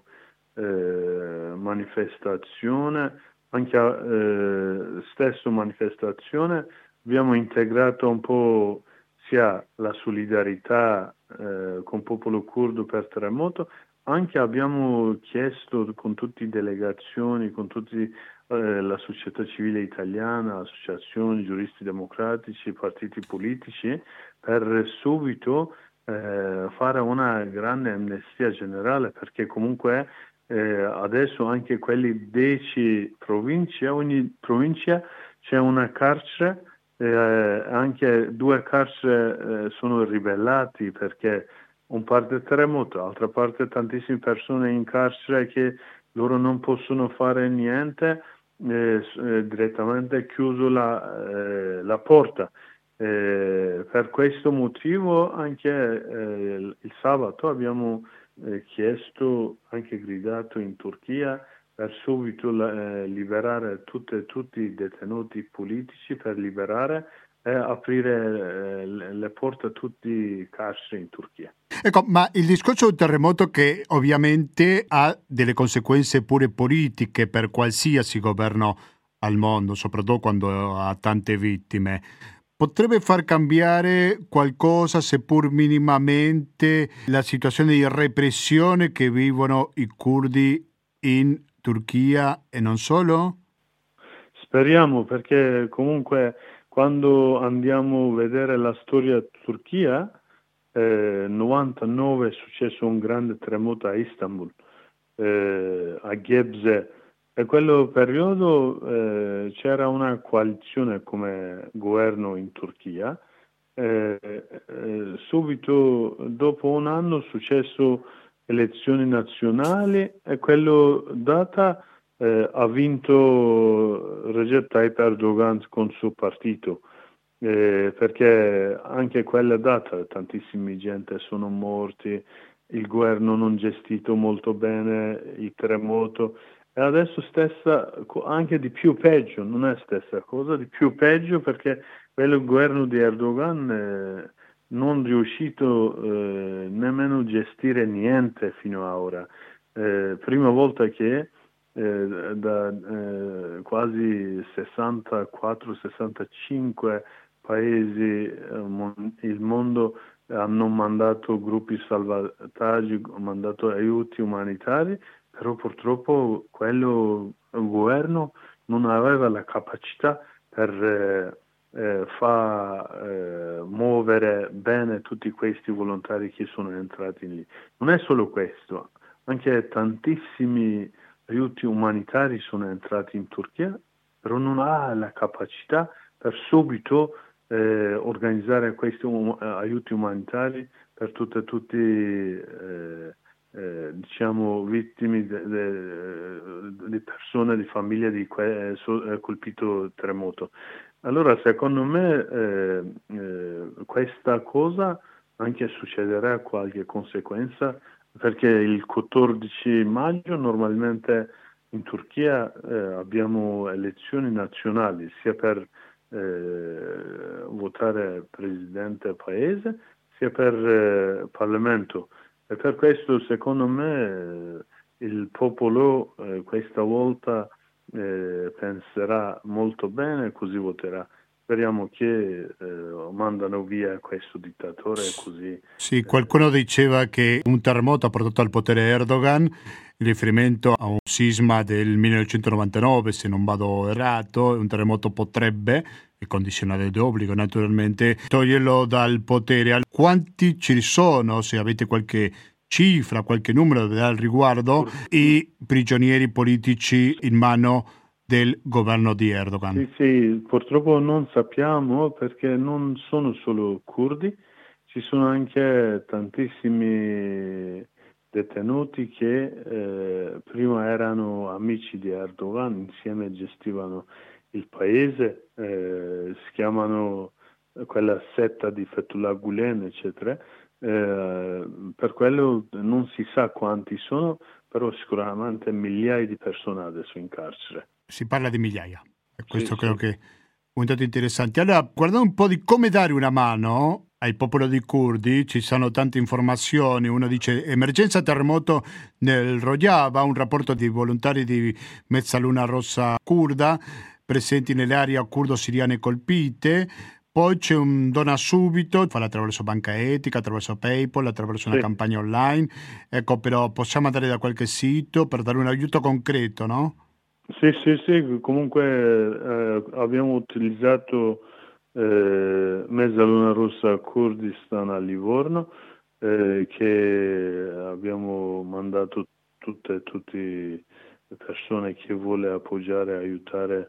manifestazione, anche stesso manifestazione, abbiamo integrato un po' sia la solidarietà con il popolo curdo per terremoto, anche abbiamo chiesto con tutte le delegazioni, con tutti la società civile italiana, associazioni, giuristi democratici, partiti politici, per subito fare una grande amnistia generale, perché comunque adesso anche quelli 10 province, ogni provincia c'è una carcere, anche 2 carceri sono ribellati perché un parte terremoto, l'altra parte tantissime persone in carcere che loro non possono fare niente, direttamente chiuso la porta. Per questo motivo anche il sabato abbiamo chiesto, anche gridato in Turchia, per subito liberare tutti i detenuti politici, per liberare e aprire le porte a tutti i carceri in Turchia. Ecco, ma il discorso del terremoto, che ovviamente ha delle conseguenze pure politiche per qualsiasi governo al mondo, soprattutto quando ha tante vittime, potrebbe far cambiare qualcosa, seppur minimamente, la situazione di repressione che vivono i curdi in Turchia e non solo? Speriamo, perché comunque quando andiamo a vedere la storia Turchia, 99 è successo un grande terremoto a Istanbul, a Gebze, e quello periodo c'era una coalizione come governo in Turchia. Subito dopo un anno è successo elezioni nazionali e quello data ha vinto Recep Tayyip Erdogan con il suo partito, perché anche quella data tantissimi gente sono morti, il governo non gestito molto bene il terremoto, e adesso stessa, anche di più peggio, non è stessa cosa, di più peggio, perché quello governo di Erdogan non è riuscito nemmeno a gestire niente fino ad ora. Prima volta che da quasi 64-65 paesi il mondo hanno mandato gruppi salvataggi, hanno mandato aiuti umanitari, però purtroppo quello governo non aveva la capacità per far muovere bene tutti questi volontari che sono entrati lì. Non è solo questo, anche tantissimi aiuti umanitari sono entrati in Turchia, però non ha la capacità per subito organizzare questi aiuti umanitari per tutti diciamo vittime di persone, di famiglie di colpito terremoto. Allora secondo me questa cosa anche succederà qualche conseguenza, perché il 14 maggio normalmente in Turchia abbiamo elezioni nazionali, sia per votare presidente paese, sia per Parlamento. E per questo secondo me il popolo questa volta penserà molto bene, così voterà. speriamo che mandano via questo dittatore così. Sì, qualcuno diceva che un terremoto ha portato al potere Erdogan, in riferimento a un sisma del 1999, se non vado errato. Un terremoto potrebbe, è condizionale d'obbligo naturalmente, toglierlo dal potere. Quanti ci sono, se avete qualche cifra, qualche numero al riguardo, i prigionieri politici in mano del governo di Erdogan? Sì, purtroppo non sappiamo, perché non sono solo curdi, ci sono anche tantissimi detenuti che prima erano amici di Erdogan, insieme gestivano il paese, si chiamano quella setta di Fethullah Gulen, eccetera. Per quello non si sa quanti sono, però sicuramente migliaia di persone adesso in carcere. Si parla di migliaia, e questo credo che è un dato interessante. Allora, guardando un po' di come dare una mano ai popolo di curdi, ci sono tante informazioni. Uno dice emergenza terremoto nel Rojava, un rapporto di volontari di Mezzaluna Rossa curda presenti nelle aree curdo-siriane colpite. Poi c'è un dona subito, farà attraverso Banca Etica, attraverso PayPal, attraverso una campagna online. Ecco, però possiamo andare da qualche sito per dare un aiuto concreto, no? Sì, comunque abbiamo utilizzato Mezzaluna Rossa Kurdistan a Livorno, che abbiamo mandato tutte le persone che vuole appoggiare, aiutare,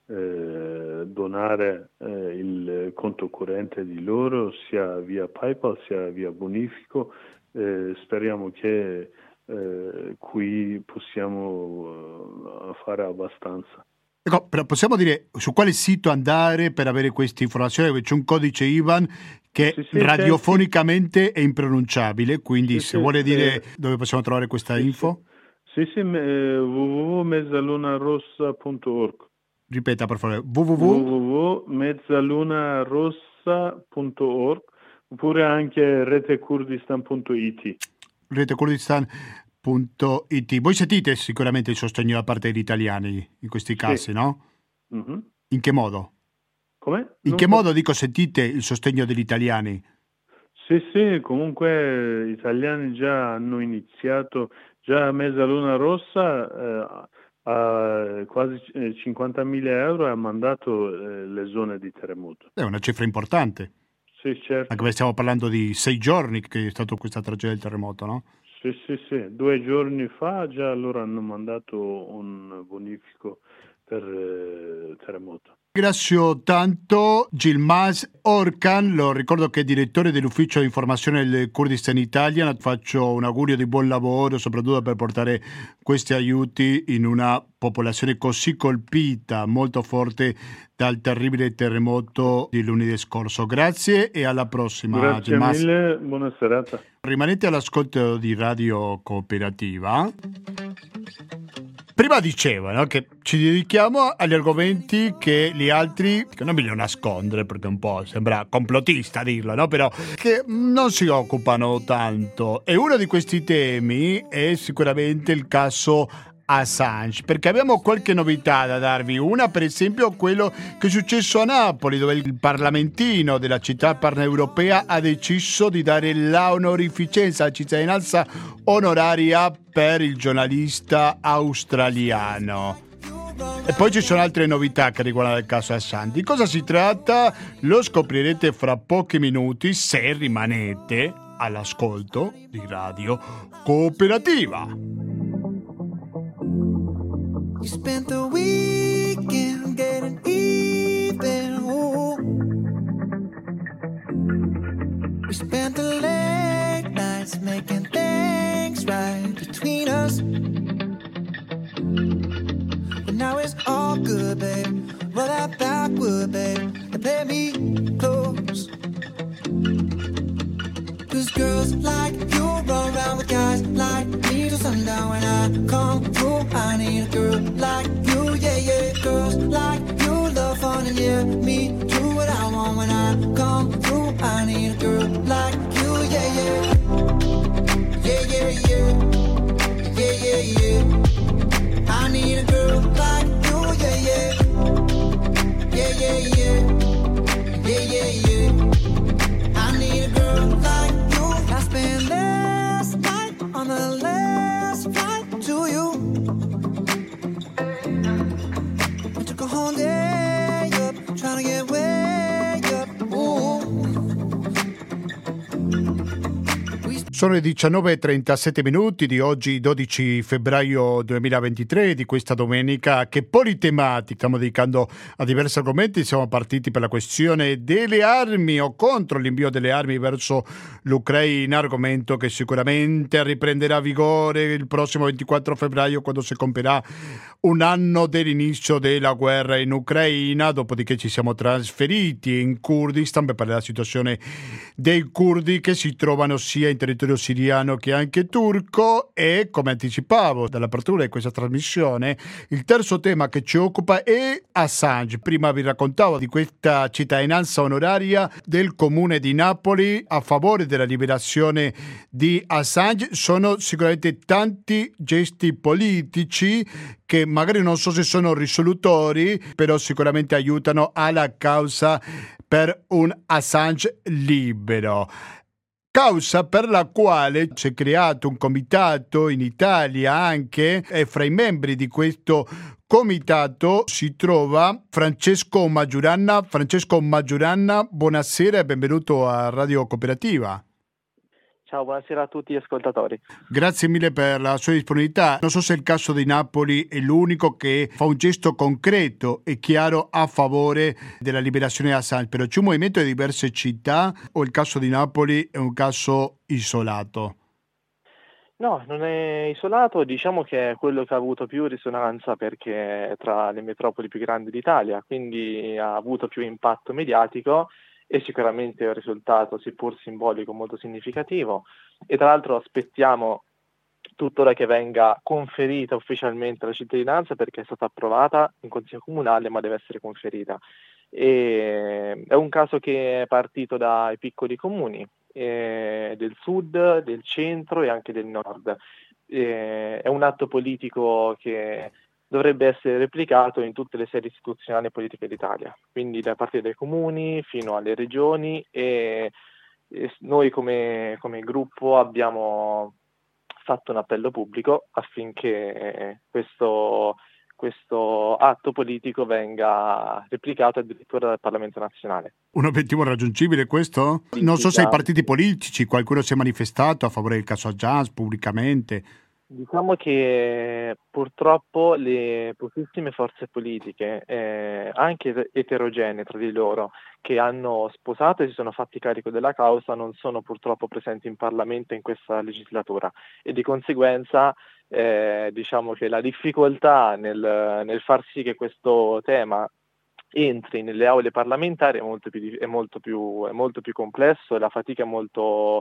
donare il conto corrente di loro, sia via PayPal sia via bonifico. Speriamo che qui possiamo fare abbastanza. Ecco, però possiamo dire su quale sito andare per avere queste informazioni? C'è un codice IBAN che radiofonicamente è impronunciabile, quindi se vuole dire dove possiamo trovare questa info? Sì, www.mezzalunarossa.org. Ripeta per favore, www.mezzalunarossa.org, oppure anche retekurdistan.it. retekurdistan.it. Voi sentite sicuramente il sostegno da parte degli italiani in questi casi, no? Mm-hmm. In che modo? Come? Modo dico sentite il sostegno degli italiani? Sì, comunque gli italiani già hanno iniziato, già Mezzaluna Rossa a quasi 50.000 euro ha mandato le zone di terremoto. È una cifra importante. Sì, certo. Anche perché stiamo parlando di 6 giorni che è stata questa tragedia del terremoto, no? Sì. 2 giorni fa già loro hanno mandato un bonifico per terremoto. Ringrazio tanto Yilmaz Orkan, lo ricordo che è direttore dell'ufficio informazione del Kurdistan Italia. Faccio un augurio di buon lavoro, soprattutto per portare questi aiuti in una popolazione così colpita, molto forte dal terribile terremoto di lunedì scorso. Grazie e alla prossima. Grazie Yilmaz. mille, buona serata. Rimanete all'ascolto di Radio Cooperativa. Prima dicevo, no, che ci dedichiamo agli argomenti che gli altri, che non voglio nascondere perché un po' sembra complottista dirlo, no? Però che non si occupano tanto. E uno di questi temi è sicuramente il caso Assange, perché abbiamo qualche novità da darvi. Una, per esempio, quello che è successo a Napoli, dove il parlamentino della città paneuropea ha deciso di dare l'onorificenza, la cittadinanza onoraria per il giornalista australiano. E poi ci sono altre novità che riguardano il caso Assange. Di cosa si tratta? Lo scoprirete fra pochi minuti se rimanete all'ascolto di Radio Cooperativa. You spent the weekend getting even. Ooh. We spent the late nights making things right between us. But now it's all good, babe. Roll that backward, babe, and play me close. 'Cause girls like you run around with guys like me till sundown. When I come through, I need a girl like you, yeah. Girls like you love fun and yeah, me do what I want. When I come through, I need a girl like you, yeah. I need a girl like you, yeah. Sono le 19:37 minuti di oggi, 12 febbraio 2023, di questa domenica che politematica stiamo dedicando a diversi argomenti. Siamo partiti per la questione delle armi o contro l'invio delle armi verso l'Ucraina, argomento che sicuramente riprenderà vigore il prossimo 24 febbraio quando si compirà un anno dell'inizio della guerra in Ucraina. Dopodiché ci siamo trasferiti in Kurdistan per parlare della situazione dei curdi che si trovano sia in territorio siriano che anche turco e, come anticipavo dall'apertura di questa trasmissione, il terzo tema che ci occupa è Assange. Prima vi raccontavo di questa cittadinanza onoraria del comune di Napoli a favore della liberazione di Assange. Sono sicuramente tanti gesti politici che magari non so se sono risolutori, però sicuramente aiutano alla causa per un Assange libero. Causa per la quale si è creato un comitato in Italia anche, e fra i membri di questo comitato si trova Francesco Maggiuranna. Francesco Maggiuranna, buonasera e benvenuto a Radio Cooperativa. Ciao, buonasera a tutti gli ascoltatori. Grazie mille per la sua disponibilità. Non so se il caso di Napoli è l'unico che fa un gesto concreto e chiaro a favore della liberazione di Assange, però c'è un movimento di diverse città o il caso di Napoli è un caso isolato? No, non è isolato, diciamo che è quello che ha avuto più risonanza perché è tra le metropoli più grandi d'Italia, quindi ha avuto più impatto mediatico e sicuramente è un risultato, seppur simbolico, molto significativo. E tra l'altro aspettiamo tuttora che venga conferita ufficialmente la cittadinanza perché è stata approvata in Consiglio Comunale ma deve essere conferita. E è un caso che è partito dai piccoli comuni del sud, del centro e anche del nord. È un atto politico che dovrebbe essere replicato in tutte le sedi istituzionali e politiche d'Italia, quindi da partire dai comuni fino alle regioni e noi come gruppo abbiamo fatto un appello pubblico affinché questo atto politico venga replicato addirittura dal Parlamento nazionale. Un obiettivo raggiungibile questo? Non so se i partiti politici, qualcuno si è manifestato a favore del caso Assange pubblicamente. Diciamo che purtroppo le pochissime forze politiche, anche eterogenee tra di loro, che hanno sposato e si sono fatti carico della causa, non sono purtroppo presenti in Parlamento in questa legislatura e di conseguenza diciamo che la difficoltà nel far sì che questo tema entri nelle aule parlamentari è molto più complesso e la fatica è molto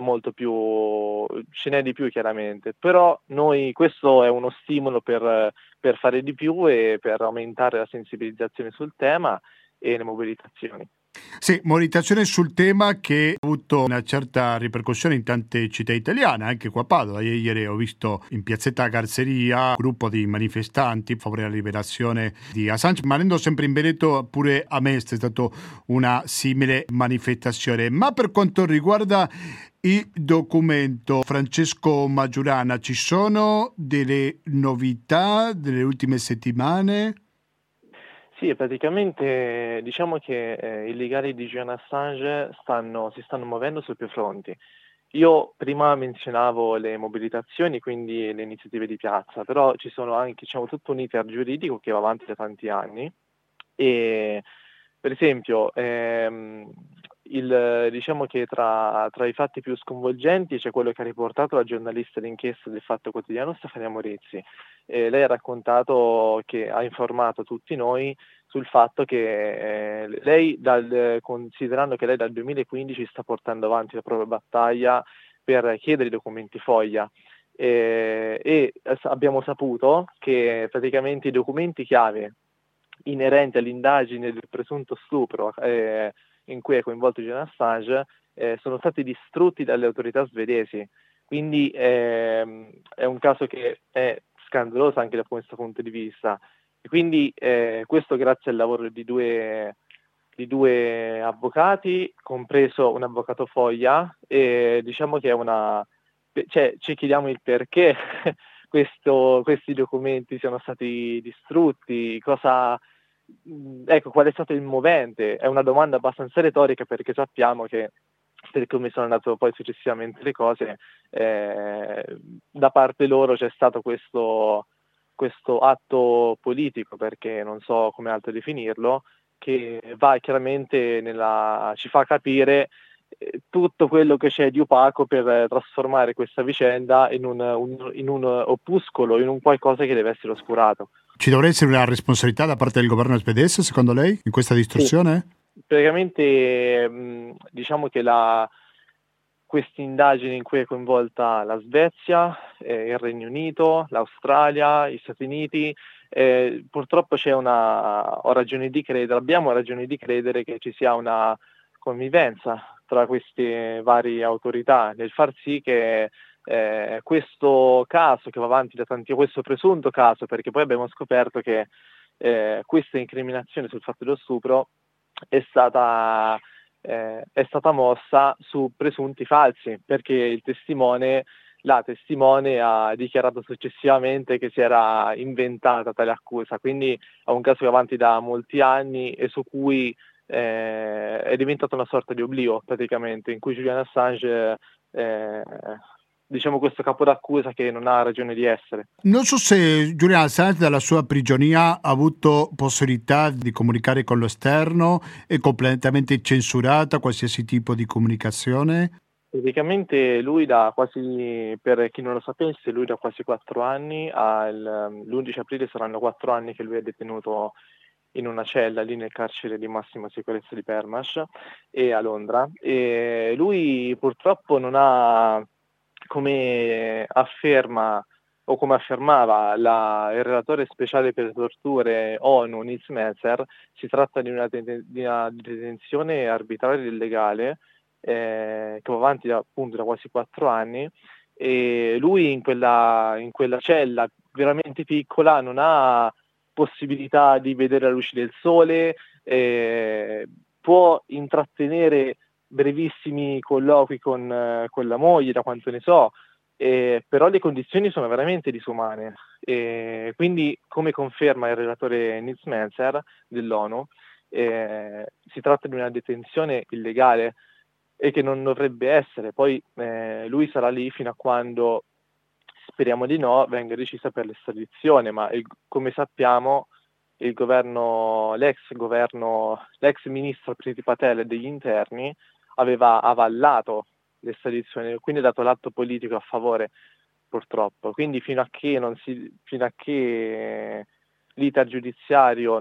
più, ce n'è di più chiaramente, però questo è uno stimolo per fare di più e per aumentare la sensibilizzazione sul tema e le mobilitazioni. Sì, mobilitazione sul tema che ha avuto una certa ripercussione in tante città italiane, anche qua a Padova. Ieri ho visto in piazzetta Garzeria un gruppo di manifestanti a favore della liberazione di Assange, ma andando sempre in Veneto pure a Mestre è stata una simile manifestazione. Ma per quanto riguarda il documento, Francesco Maggiuranna, ci sono delle novità delle ultime settimane? Sì, praticamente diciamo che i legali di Julian Assange si stanno muovendo su più fronti. Io prima menzionavo le mobilitazioni, quindi le iniziative di piazza, però ci sono anche tutto un iter giuridico che va avanti da tanti anni e per esempio diciamo che tra i fatti più sconvolgenti c'è quello che ha riportato la giornalista d'inchiesta del Fatto Quotidiano Stefania Morizzi. Lei ha raccontato che ha informato tutti noi sul fatto che lei, considerando che lei dal 2015 sta portando avanti la propria battaglia per chiedere i documenti foglia, e abbiamo saputo che praticamente i documenti chiave inerenti all'indagine del presunto stupro in cui è coinvolto Julian Assange sono stati distrutti dalle autorità svedesi. Quindi è un caso che è scandaloso anche da questo punto di vista. E quindi questo grazie al lavoro di due avvocati, compreso un avvocato foglia, e diciamo che ci chiediamo il perché questi documenti siano stati distrutti, qual è stato il movente. È una domanda abbastanza retorica perché sappiamo che per come sono andate poi successivamente le cose, da parte loro c'è stato questo atto politico, perché non so come altro definirlo, che va chiaramente ci fa capire tutto quello che c'è di opaco per trasformare questa vicenda in un opuscolo, in un qualcosa che deve essere oscurato. Ci dovrebbe essere una responsabilità da parte del governo svedese, secondo lei, in questa distorsione? Sì. Praticamente diciamo che questa indagine in cui è coinvolta la Svezia, il Regno Unito, l'Australia, gli Stati Uniti, purtroppo abbiamo ragione di credere che ci sia una convivenza tra queste varie autorità nel far sì che questo caso che va avanti da questo presunto caso, perché poi abbiamo scoperto che questa incriminazione sul fatto dello stupro è stata mossa su presunti falsi, perché la testimone ha dichiarato successivamente che si era inventata tale accusa, quindi è un caso che va avanti da molti anni e su cui è diventato una sorta di oblio praticamente, in cui Julian Assange diciamo questo capo d'accusa che non ha ragione di essere. Non so se Julian Assange dalla sua prigionia ha avuto possibilità di comunicare con l'esterno, è completamente censurata qualsiasi tipo di comunicazione. Praticamente per chi non lo sapesse, lui da quasi 4 anni, l'11 aprile saranno 4 anni che lui è detenuto in una cella lì nel carcere di massima sicurezza di Permash e a Londra, e lui purtroppo non ha, come affermava il relatore speciale per le torture ONU Nils Melzer, si tratta di una detenzione arbitraria e illegale che va avanti appunto da quasi 4 anni, e lui in quella cella veramente piccola non ha possibilità di vedere la luce del sole, può intrattenere brevissimi colloqui con la moglie, da quanto ne so, però le condizioni sono veramente disumane. Quindi, come conferma il relatore Nils Melzer dell'ONU, si tratta di una detenzione illegale e che non dovrebbe essere. Poi lui sarà lì fino a quando, speriamo di no, venga decisa per l'estradizione, ma come sappiamo l'ex ministro Priti Patel degli interni aveva avallato l'estradizione, quindi ha dato l'atto politico a favore, purtroppo. Quindi fino a che l'iter giudiziario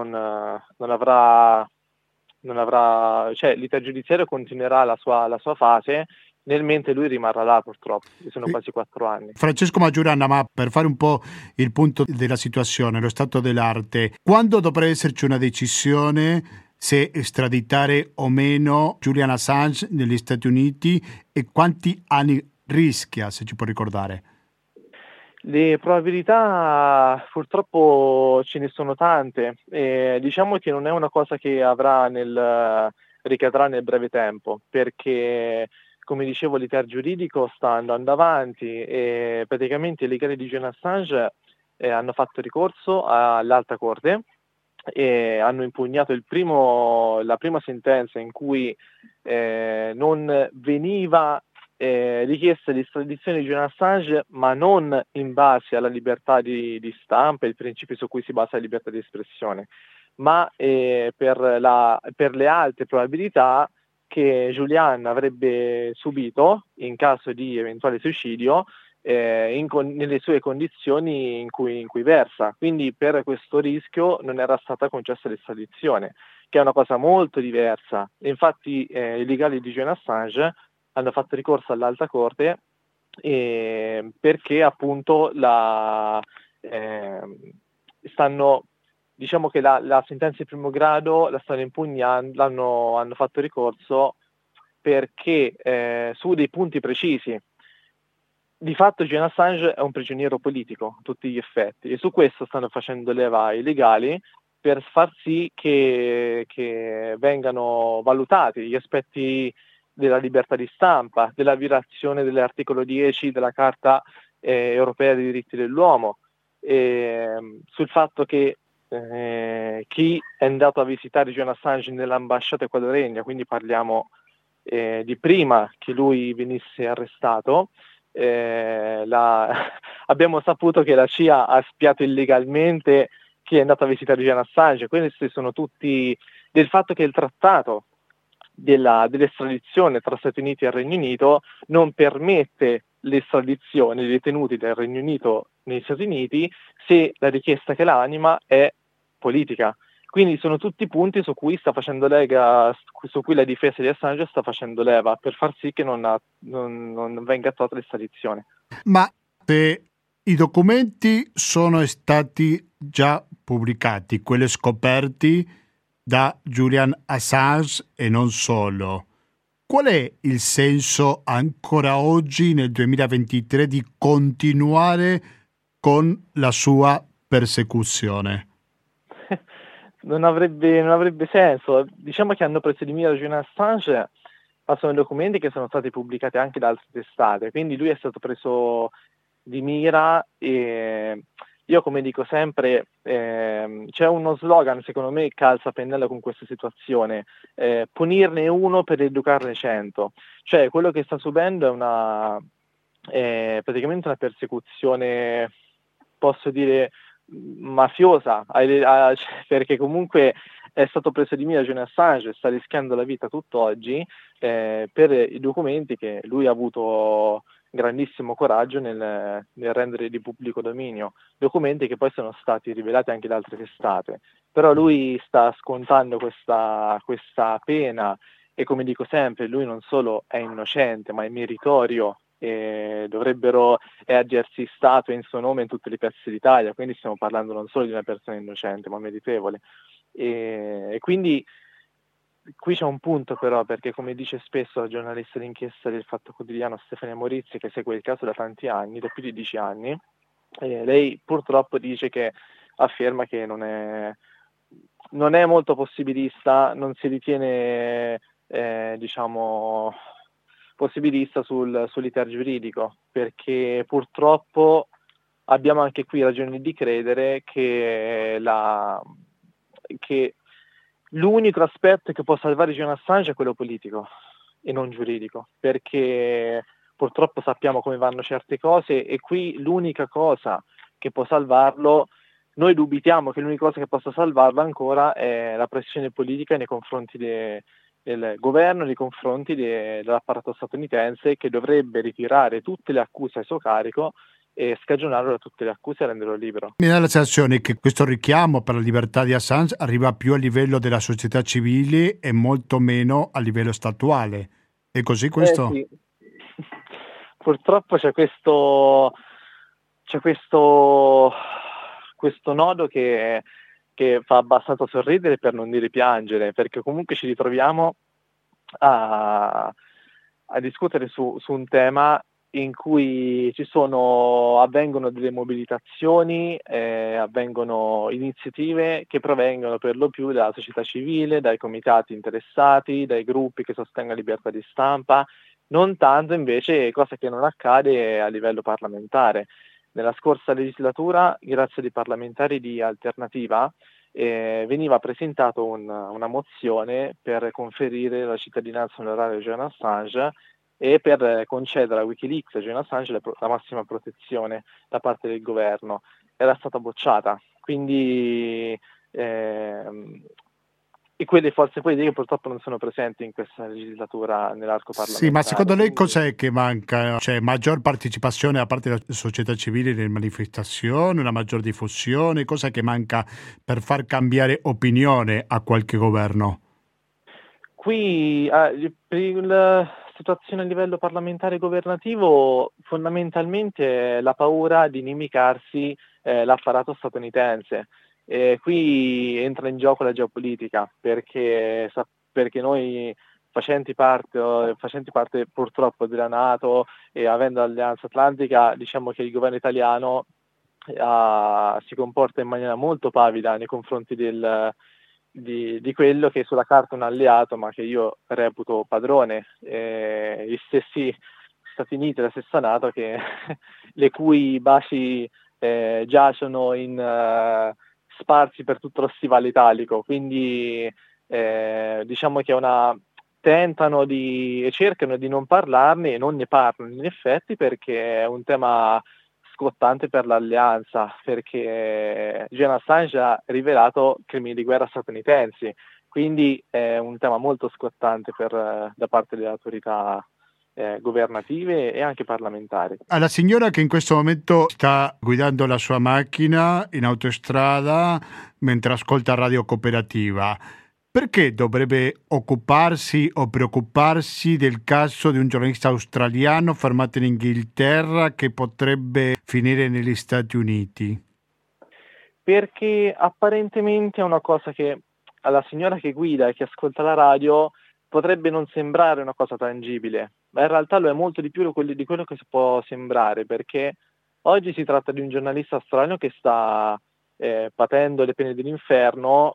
cioè l'iter giudiziario continuerà la sua fase, nel mentre lui rimarrà là, purtroppo. Sono quasi 4 anni. Francesco Maggiorana, ma per fare un po' il punto della situazione, lo stato dell'arte, quando dovrebbe esserci una decisione se estraditare o meno Julian Assange negli Stati Uniti e quanti anni rischia, se ci può ricordare? Le probabilità purtroppo ce ne sono tante, diciamo che non è una cosa che ricadrà nel breve tempo, perché come dicevo l'iter giuridico sta andando avanti e praticamente i legali di Julian Assange hanno fatto ricorso all'Alta Corte e hanno impugnato la prima sentenza in cui non veniva richiesta di estradizione di Julian Assange, ma non in base alla libertà di stampa, il principio su cui si basa la libertà di espressione, ma per le alte probabilità che Julian avrebbe subito in caso di eventuale suicidio nelle sue condizioni in cui versa. Quindi per questo rischio non era stata concessa l'estradizione, che è una cosa molto diversa. Infatti i legali di Julian Assange hanno fatto ricorso all'Alta Corte perché appunto diciamo che la sentenza di primo grado la stanno impugnando, hanno fatto ricorso perché su dei punti precisi. Di fatto Julian Assange è un prigioniero politico a tutti gli effetti, e su questo stanno facendo leva i legali per far sì che vengano valutati gli aspetti della libertà di stampa, della violazione dell'articolo 10 della Carta europea dei diritti dell'uomo, sul fatto che chi è andato a visitare Julian Assange nell'ambasciata ecuadoregna, quindi parliamo di prima che lui venisse arrestato. Abbiamo saputo che la CIA ha spiato illegalmente chi è andato a visitare Julian Assange. Questi sono tutti del fatto che il trattato dell'estradizione tra Stati Uniti e Regno Unito non permette l'estradizione dei detenuti del Regno Unito negli Stati Uniti se la richiesta che l'anima è politica. Quindi sono tutti punti su cui sta facendo lega, su cui la difesa di Assange sta facendo leva per far sì che non venga attuata l'estradizione. Ma se i documenti sono stati già pubblicati, quelli scoperti da Julian Assange e non solo, qual è il senso ancora oggi, nel 2023, di continuare con la sua persecuzione? Non avrebbe senso. Diciamo che hanno preso di mira Julian Assange, ma sono documenti che sono stati pubblicati anche da altre testate, quindi lui è stato preso di mira e io, come dico sempre, c'è uno slogan secondo me che calza a pennello con questa situazione: punirne uno per educarne 100. Cioè quello che sta subendo è praticamente una persecuzione, posso dire, mafiosa, perché comunque è stato preso di mira Julian Assange, sta rischiando la vita tutt'oggi per i documenti che lui ha avuto grandissimo coraggio nel rendere di pubblico dominio, documenti che poi sono stati rivelati anche da altre testate. Però lui sta scontando questa pena e, come dico sempre, lui non solo è innocente ma è meritorio e dovrebbero ergersi statue in suo nome in tutte le piazze d'Italia, quindi stiamo parlando non solo di una persona innocente ma meritevole. E quindi qui c'è un punto però, perché come dice spesso la giornalista d'inchiesta del Fatto Quotidiano Stefania Morizzi, che segue il caso da tanti anni, da più di 10 anni, lei purtroppo dice che afferma che non è molto possibilista, non si ritiene diciamo possibilista sull'iter giuridico, perché purtroppo abbiamo anche qui ragioni di credere che l'unico aspetto che può salvare Julian Assange è quello politico e non giuridico, perché purtroppo sappiamo come vanno certe cose e qui l'unica cosa che può salvarlo, noi dubitiamo che l'unica cosa che possa salvarlo ancora è la pressione politica nei confronti del governo, nei confronti dell'apparato statunitense, che dovrebbe ritirare tutte le accuse a suo carico e scagionarlo da tutte le accuse e renderlo libero. Mi dà la sensazione che questo richiamo per la libertà di Assange arriva più a livello della società civile e molto meno a livello statuale. È così questo? Sì. Purtroppo c'è questo nodo che fa abbastanza sorridere, per non dire piangere, perché comunque ci ritroviamo a discutere su un tema in cui avvengono delle mobilitazioni, avvengono iniziative che provengono per lo più dalla società civile, dai comitati interessati, dai gruppi che sostengono la libertà di stampa, non tanto invece, cosa che non accade a livello parlamentare. Nella scorsa legislatura, grazie ai parlamentari di Alternativa, veniva presentato una mozione per conferire la cittadinanza onoraria a Julian Assange e per concedere a Wikileaks e a Julian Assange la massima protezione da parte del governo. Era stata bocciata, quindi e quelle forze politiche purtroppo non sono presenti in questa legislatura nell'arco parlamentare. Sì, ma secondo lei cos'è che manca? Cioè, maggior partecipazione da parte della società civile nelle manifestazioni, una maggior diffusione? Cos'è che manca per far cambiare opinione a qualche governo? Qui per la situazione a livello parlamentare e governativo fondamentalmente è la paura di inimicarsi l'apparato statunitense. Qui entra in gioco la geopolitica, perché noi facenti parte purtroppo della NATO e avendo l'Alleanza Atlantica, diciamo che il governo italiano si comporta in maniera molto pavida nei confronti di quello che sulla carta è un alleato, ma che io reputo padrone, gli stessi Stati Uniti e la stessa NATO, le cui basi giacciono sparsi per tutto lo stivale italico. Quindi diciamo che è una tentano e cercano di non parlarne e non ne parlano in effetti, perché è un tema scottante per l'alleanza, perché Julian Assange ha rivelato crimini di guerra statunitensi, quindi è un tema molto scottante da parte delle autorità governative e anche parlamentari. Alla signora che in questo momento sta guidando la sua macchina in autostrada mentre ascolta Radio Cooperativa, perché dovrebbe occuparsi o preoccuparsi del caso di un giornalista australiano fermato in Inghilterra che potrebbe finire negli Stati Uniti? Perché apparentemente è una cosa che alla signora che guida e che ascolta la radio potrebbe non sembrare una cosa tangibile, ma in realtà lo è molto di più di quello che si può sembrare, perché oggi si tratta di un giornalista australiano che sta patendo le pene dell'inferno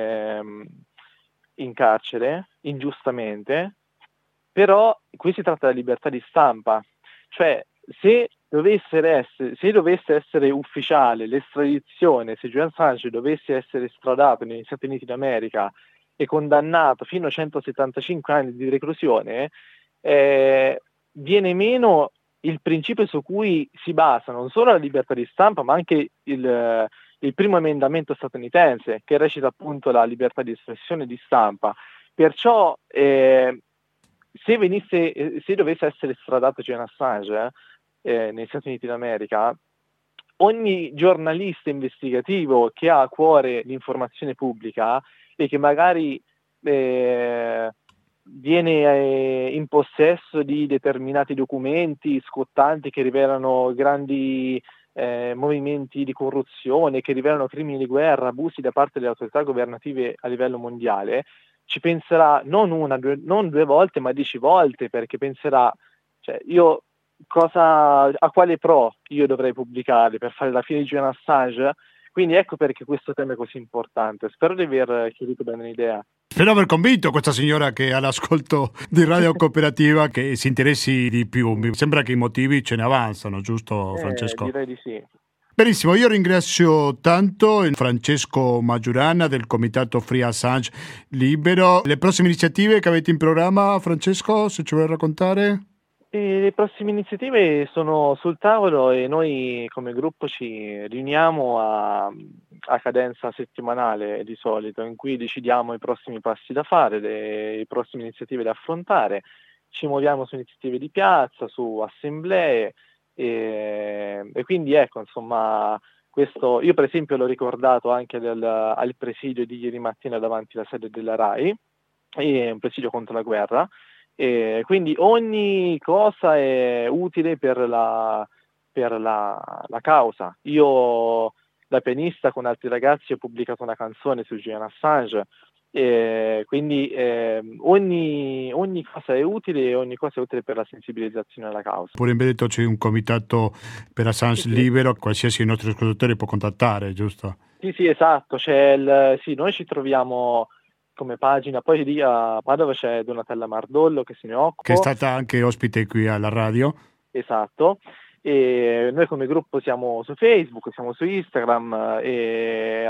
in carcere, ingiustamente, però qui si tratta della libertà di stampa, cioè se dovesse essere ufficiale l'estradizione, se Julian Assange dovesse essere estradato negli Stati Uniti d'America e condannato fino a 175 anni di reclusione, viene meno il principio su cui si basa non solo la libertà di stampa, ma anche il primo emendamento statunitense, che recita appunto la libertà di espressione e di stampa. Perciò se dovesse essere estradato Julian Assange negli Stati Uniti d'America, ogni giornalista investigativo che ha a cuore l'informazione pubblica e che magari viene in possesso di determinati documenti scottanti che rivelano grandi movimenti di corruzione, che rivelano crimini di guerra, abusi da parte delle autorità governative a livello mondiale, ci penserà non 2 volte, ma 10 volte, perché penserà, cioè, a quale pro io dovrei pubblicare per fare la fine di Julian Assange? Quindi ecco perché questo tema è così importante. Spero di aver chiarito bene l'idea. Spero aver convinto questa signora che ha l'ascolto di Radio Cooperativa che si interessi di più. Mi sembra che i motivi ce ne avanzano, giusto Francesco? Direi di sì. Benissimo, io ringrazio tanto Francesco Maggiorana del Comitato Free Assange Libero. Le prossime iniziative che avete in programma, Francesco, se ci vuoi raccontare? Le prossime iniziative sono sul tavolo e noi come gruppo ci riuniamo a cadenza settimanale di solito, in cui decidiamo i prossimi passi da fare, le prossime iniziative da affrontare. Ci muoviamo su iniziative di piazza, su assemblee e quindi ecco, insomma, questo io per esempio l'ho ricordato anche al presidio di ieri mattina davanti alla sede della RAI, è un presidio contro la guerra. E quindi ogni cosa è utile per la causa. Io da pianista con altri ragazzi ho pubblicato una canzone su Julian Assange, quindi ogni cosa è utile e ogni cosa è utile per la sensibilizzazione alla causa. Pure in Veneto c'è un comitato per Assange libero, qualsiasi nostro ascoltatore può contattare, giusto? Sì, esatto, noi ci troviamo come pagina, poi lì a Padova c'è Donatella Mardollo che se ne occupa. Che è stata anche ospite qui alla radio. Esatto, e noi come gruppo siamo su Facebook, siamo su Instagram e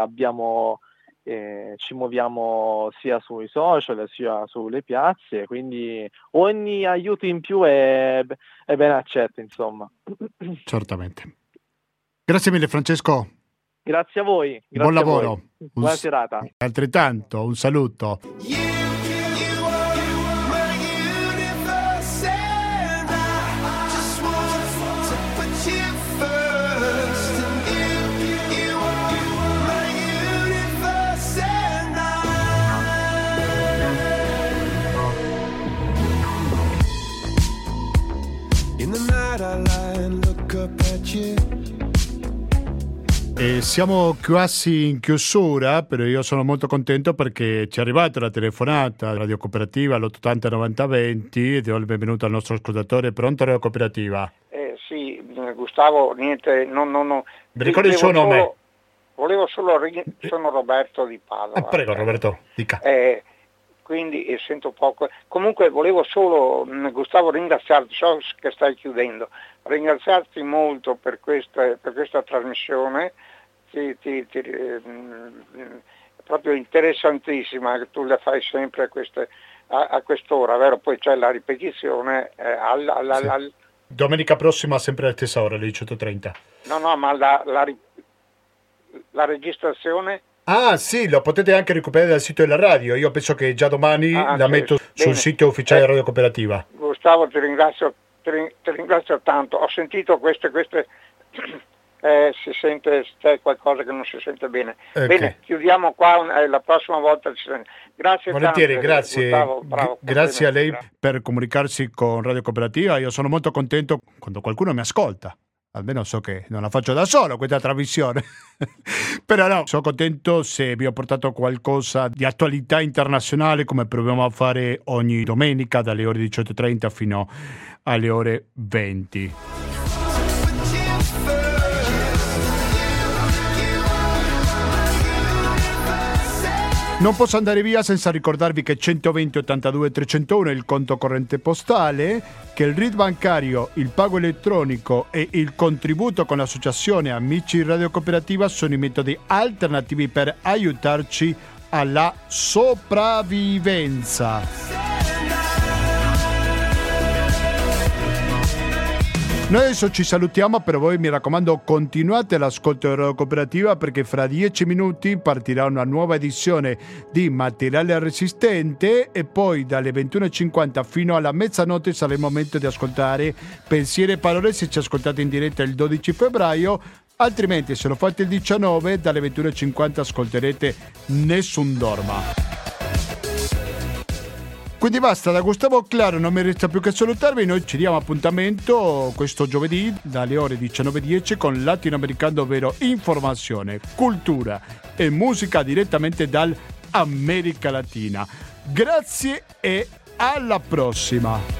ci muoviamo sia sui social sia sulle piazze, quindi ogni aiuto in più è ben accetto, insomma. Certamente. Grazie mille Francesco. Grazie a voi. Buon lavoro. Buona serata. Altrettanto, un saluto. In the night I lie and look up at you. Siamo quasi in chiusura, però io sono molto contento perché ci è arrivata la telefonata Radio Cooperativa all'80 90 20 e do il benvenuto al nostro ascoltatore. Pronto Radio Cooperativa? Sì, Gustavo, niente, no. Mi ricordi il suo nome? Sono Roberto di Padova. Prego Roberto, dica. Quindi sento poco. Comunque volevo solo, Gustavo, ringraziarti, so che stai chiudendo, ringraziarti molto per questa trasmissione, proprio interessantissima, che tu le fai sempre a quest'ora, vero? Poi c'è la ripetizione sì. Domenica prossima sempre alla stessa ora, alle 18:30. No, ma la registrazione... Ah sì, lo potete anche recuperare dal sito della radio. Io penso che già domani la metto sul sito ufficiale della Radio Cooperativa. Gustavo, ti ringrazio tanto. Ho sentito queste si sente, c'è qualcosa che non si sente bene. Okay. Bene, chiudiamo qua, la prossima volta ci sente. Grazie. Volentieri, tanto, grazie. Gustavo, bravo, grazie a lei per comunicarsi con Radio Cooperativa. Io sono molto contento quando qualcuno mi ascolta. Almeno so che non la faccio da solo questa trasmissione. Però no, sono contento se vi ho portato qualcosa di attualità internazionale, come proviamo a fare ogni domenica dalle ore 18:30 fino alle ore 20. Non posso andare via senza ricordarvi che 120 82 301 è il conto corrente postale, che il RID bancario, il pago elettronico e il contributo con l'associazione Amici Radio Cooperativa sono i metodi alternativi per aiutarci alla sopravvivenza. Noi adesso ci salutiamo, per voi mi raccomando continuate l'ascolto di Radio Cooperativa, perché fra 10 minuti partirà una nuova edizione di Materiale Resistente e poi dalle 21:50 fino alla mezzanotte sarà il momento di ascoltare Pensieri e Parole se ci ascoltate in diretta il 12 febbraio, altrimenti se lo fate il 19 dalle 21:50 ascolterete Nessun Dorma. Quindi basta, da Gustavo Claro non mi resta più che salutarvi. Noi ci diamo appuntamento questo giovedì dalle ore 19:10 con Latinoamericano, ovvero informazione, cultura e musica direttamente dall'America Latina. Grazie e alla prossima!